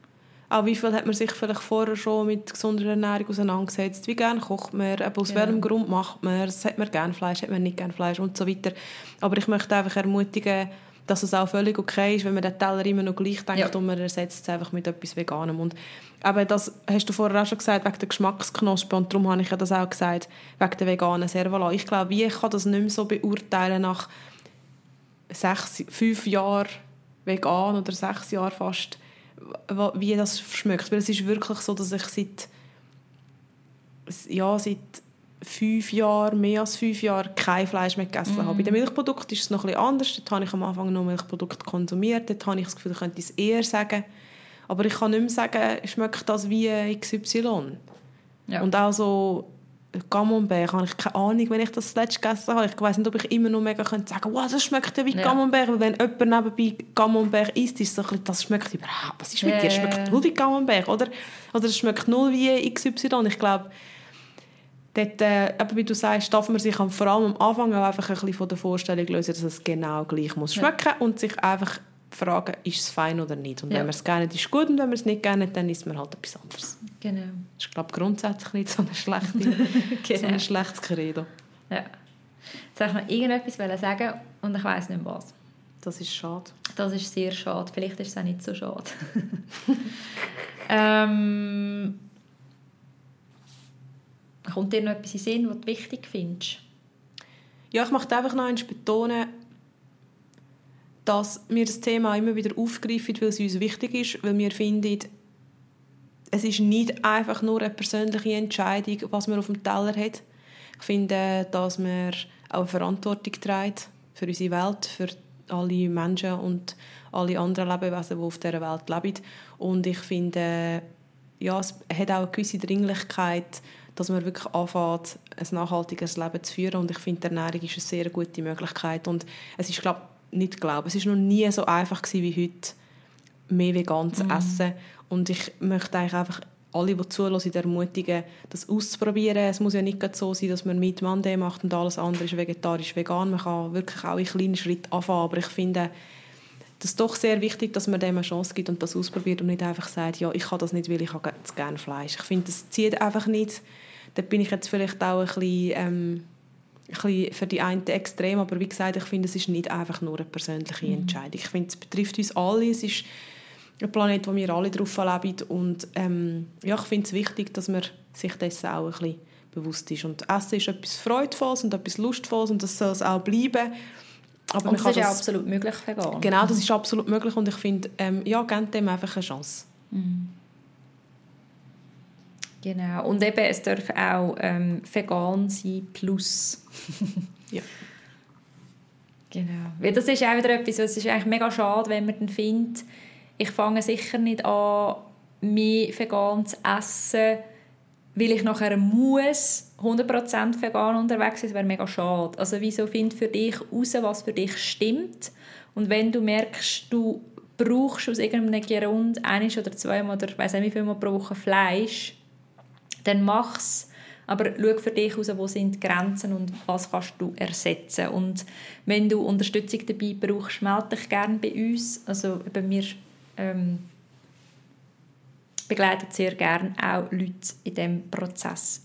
auch wie viel hat man sich vielleicht vorher schon mit gesunder Ernährung auseinandergesetzt, wie gerne kocht man, aus genau. welchem Grund macht man es, hat man gerne Fleisch, hat man nicht gerne Fleisch und so weiter. Aber ich möchte einfach ermutigen, dass es auch völlig okay ist, wenn man den Teller immer noch gleich denkt ja. und man ersetzt es einfach mit etwas Veganem. Und eben das hast du vorher auch schon gesagt, wegen der Geschmacksknospe, und darum habe ich ja das auch gesagt, wegen der veganen Servala. Ich glaube, ich kann das nicht mehr so beurteilen nach sechs, fünf Jahren vegan oder sechs Jahren fast, wie das schmeckt. Weil es ist wirklich so, dass ich seit, ja, seit fünf Jahren, mehr als fünf Jahren kein Fleisch mehr gegessen mm. habe. Bei den Milchprodukten ist es noch ein bisschen anders. Dort habe ich am Anfang noch Milchprodukte konsumiert. Dort habe ich das Gefühl, ich könnte es eher sagen. Aber ich kann nicht mehr sagen, schmeckt das wie X Y. Ja. Und auch so Camembert habe ich keine Ahnung, wenn ich das letzte gegessen habe. Ich weiss nicht, ob ich immer noch mega sagen könnte, wow, das schmeckt ja wie ja. Camembert. Weil wenn jemand nebenbei Camembert isst, ist es so ein bisschen, das schmeckt überhaupt. Was ist mit yeah. dir? Es schmeckt null wie Camembert, oder? Oder es schmeckt null wie X Y. Ich glaube, dort, äh, wie du sagst, darf man sich vor allem am Anfang auch einfach ein bisschen von der Vorstellung lösen, dass es genau gleich muss schmecken ja. und sich einfach fragen, ist es fein oder nicht. Und ja. wenn man es gerne hat, ist es gut, und wenn man es nicht gerne hat, dann isst man halt etwas anderes. Genau. Das ist, glaube ich, grundsätzlich nicht so, eine schlechte, genau. so ein schlechtes Credo. Ja. Jetzt wollte ich noch irgendetwas sagen und ich weiss nicht was. Das ist schade. Das ist sehr schade. Vielleicht ist es auch nicht so schade. ähm... Kommt dir noch etwas in den Sinn, was du wichtig findest? Ja, ich möchte einfach noch einmal betonen, dass wir das Thema immer wieder aufgreifen, weil es uns wichtig ist, weil wir finden, es ist nicht einfach nur eine persönliche Entscheidung, was man auf dem Teller hat. Ich finde, dass man auch eine Verantwortung trägt für unsere Welt, für alle Menschen und alle anderen Lebewesen, die auf dieser Welt leben. Und ich finde, ja, es hat auch eine gewisse Dringlichkeit, dass man wirklich anfängt, ein nachhaltiges Leben zu führen. Und ich finde, die Ernährung ist eine sehr gute Möglichkeit. Und es ist, glaube nicht glauben, es ist noch nie so einfach gewesen wie heute, mehr vegan zu essen. Mm. Und ich möchte eigentlich einfach alle, die zuhören, ermutigen, das auszuprobieren. Es muss ja nicht so sein, dass man Meat Monday macht und alles andere ist vegetarisch, vegan. Man kann wirklich auch in kleinen Schritten anfangen. Aber ich finde, das ist doch sehr wichtig, dass man dem eine Chance gibt und das ausprobiert und nicht einfach sagt, ja, ich kann das nicht, weil ich habe gerne Fleisch. Ich finde, das zieht einfach nicht. Da bin ich jetzt vielleicht auch ein bisschen, ähm, ein bisschen für die einen extrem, aber wie gesagt, ich finde, es ist nicht einfach nur eine persönliche Entscheidung. Ich finde, es betrifft uns alle. Es ist ein Planet, wo wir alle drauf leben und ähm, ja, ich finde es wichtig, dass man sich dessen auch ein bisschen bewusst ist. Und Essen ist etwas Freudvolles und etwas Lustvolles und das soll es auch bleiben. Aber und das ist ja absolut möglich, vegan. Genau, das ist absolut möglich und ich finde, ähm, ja, gebt dem einfach eine Chance. Mhm. Genau, und eben, es darf auch ähm, vegan sein plus. Ja. Genau, weil das ist auch wieder etwas, es ist eigentlich mega schade, wenn man dann findet, ich fange sicher nicht an, mehr vegan zu essen, weil ich nachher muss hundert Prozent vegan unterwegs sein, das wäre mega schade. Also wieso find für dich raus, was für dich stimmt, und wenn du merkst, du brauchst aus irgendeinem Grund eines oder zweimal oder ich weiss nicht wie viel Mal pro Woche Fleisch, dann mach's. Aber schau für dich raus, wo sind die Grenzen und was kannst du ersetzen. Und wenn du Unterstützung dabei brauchst, melde dich gerne bei uns. Also bei mir ähm, begleiten sehr gerne auch Leute in diesem Prozess.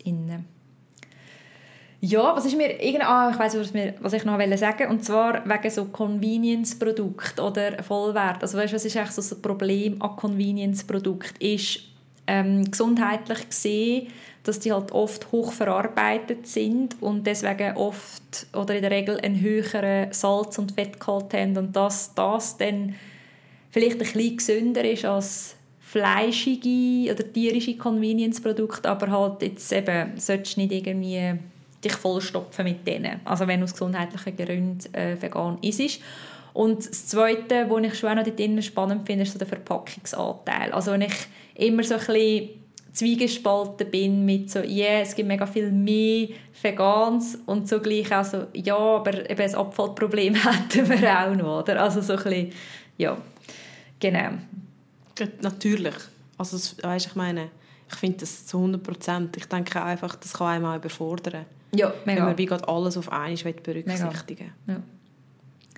Ja, was ist mir irgend ah, ich weiss, was, mir, was ich noch sagen wollte, und zwar wegen so Convenience-Produkt oder Vollwert. Also weißt, was ist eigentlich so das Problem an Convenience-Produkt ist, ähm, gesundheitlich gesehen, dass die halt oft hochverarbeitet sind und deswegen oft oder in der Regel einen höheren Salz- und Fettgehalt haben und dass das dann vielleicht ein bisschen gesünder ist als fleischige oder tierische Convenience-Produkte, aber halt jetzt eben, solltest du nicht irgendwie dich vollstopfen mit denen. Also wenn du aus gesundheitlichen Gründen äh, vegan isst. Und das Zweite, was ich schon auch noch dort spannend finde, ist so der Verpackungsanteil. Also wenn ich immer so ein bisschen zwiegespalten bin mit so, yeah, es gibt mega viel mehr Vegans und so gleich auch so, ja, aber eben ein Abfallproblem hätten wir auch noch, oder? Also so ein bisschen, ja, genau. Natürlich. Also weißt, ich meine, ich finde das zu hundert Prozent. Ich denke einfach, das kann einem auch überfordern. Ja, mega. Wenn man wie gerade alles auf einmal berücksichtigen will. Ja.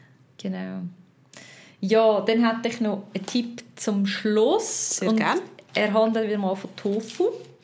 Genau. Ja, dann hätte ich noch einen Tipp zum Schluss. Sehr gerne. er handelt wieder mal von Tofu.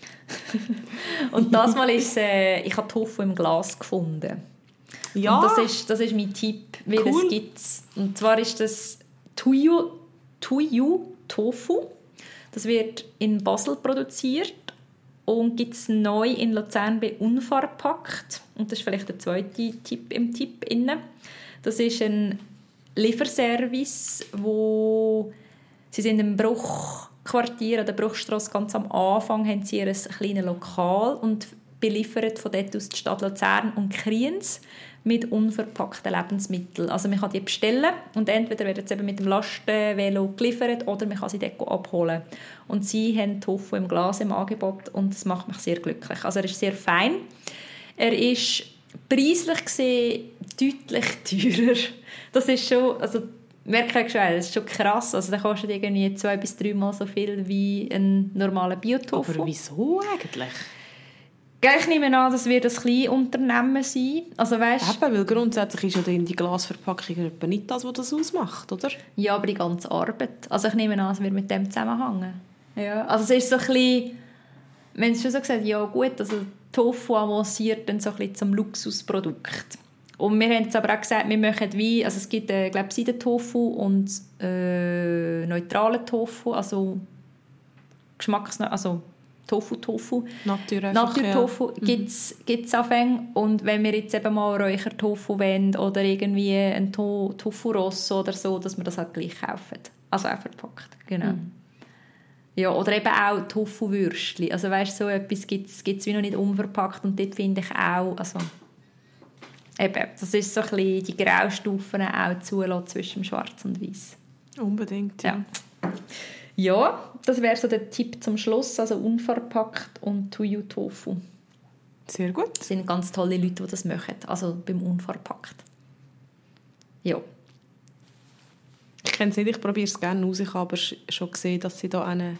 Und das Mal ist äh, ich habe Tofu im Glas gefunden. Ja. Und das ist, das ist mein Tipp, wie Cool. das gibt. Und zwar ist das Tuyu, Tuyu Tofu. Das wird in Basel produziert und gibt es neu in Luzern bei Unverpackt. Und das ist vielleicht der zweite Tipp im Tipp inne. Das ist ein Lieferservice, wo sie sind im Bruchquartier an der Bruchstrasse ganz am Anfang haben sie ein kleines Lokal und beliefert von dort aus die Stadt Luzern und Kriens mit unverpackten Lebensmitteln. Also man kann die bestellen und entweder werden sie eben mit dem Lastenvelo geliefert oder man kann sie dort abholen. Und sie haben Tofu im Glas im Angebot und das macht mich sehr glücklich. Also er ist sehr fein. Er ist preislich gesehen deutlich teurer. Das ist schon, also merke ich schon, das ist schon krass. Also der kostet irgendwie zwei bis dreimal so viel wie ein normaler Bio-Tofu. Aber wieso eigentlich? Ich nehme an, das wird ein Kleinunternehmen sein. Also, weißt, Eben, weil grundsätzlich ist ja die Glasverpackung nicht das, was das ausmacht, oder? ja, aber die ganze Arbeit. Also ich nehme an, es wird mit dem zusammenhängen. Ja. Also es ist so ein bisschen, wenn es schon so gesagt, ja gut, also Tofu avanciert dann so ein bisschen zum Luxusprodukt. Und wir haben jetzt aber auch gesagt, wir möchten wie, also es gibt, äh, glaube ich, Seidentofu und äh, neutralen Tofu, also Geschmacks, also Tofu-Tofu. Natur-Tofu ja. gibt es anfangen. Und wenn wir jetzt eben mal Räuchertofu wollen oder irgendwie ein to- Tofu-Rosso oder so, dass wir das halt gleich kaufen. Also auch verpackt, genau. Mhm. Ja, oder eben auch Tofu-Würstchen. Also weißt, so etwas gibt es wie noch nicht unverpackt und dort finde ich auch, also eben, das ist so ein bisschen die Graustufen auch zulassen zwischen Schwarz und Weiß. Unbedingt, ja. ja. Ja, das wäre so der Tipp zum Schluss, also unverpackt und Tuyu Tofu. Sehr gut. Das sind ganz tolle Leute, die das machen, also beim unverpackt. Ja. Ich kenne es nicht, ich probiere es gerne aus, ich habe aber schon gesehen, dass sie da eine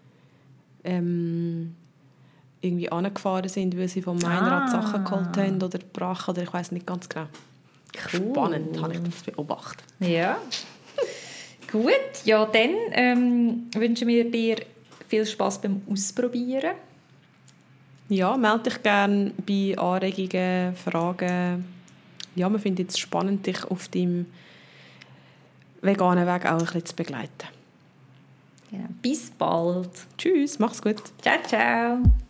ähm, irgendwie angefahren sind, weil sie vom Meinrad ah. Sachen geholt haben oder gebracht oder ich weiß nicht ganz genau. Cool. Spannend, habe ich das beobachtet. Ja. Gut, ja, dann ähm, wünschen wir dir viel Spass beim Ausprobieren. Ja, melde dich gerne bei Anregungen, Fragen. Ja, wir finden es spannend, dich auf deinem veganen Weg auch ein bisschen zu begleiten. Genau. Bis bald. Tschüss, mach's gut. Ciao, ciao.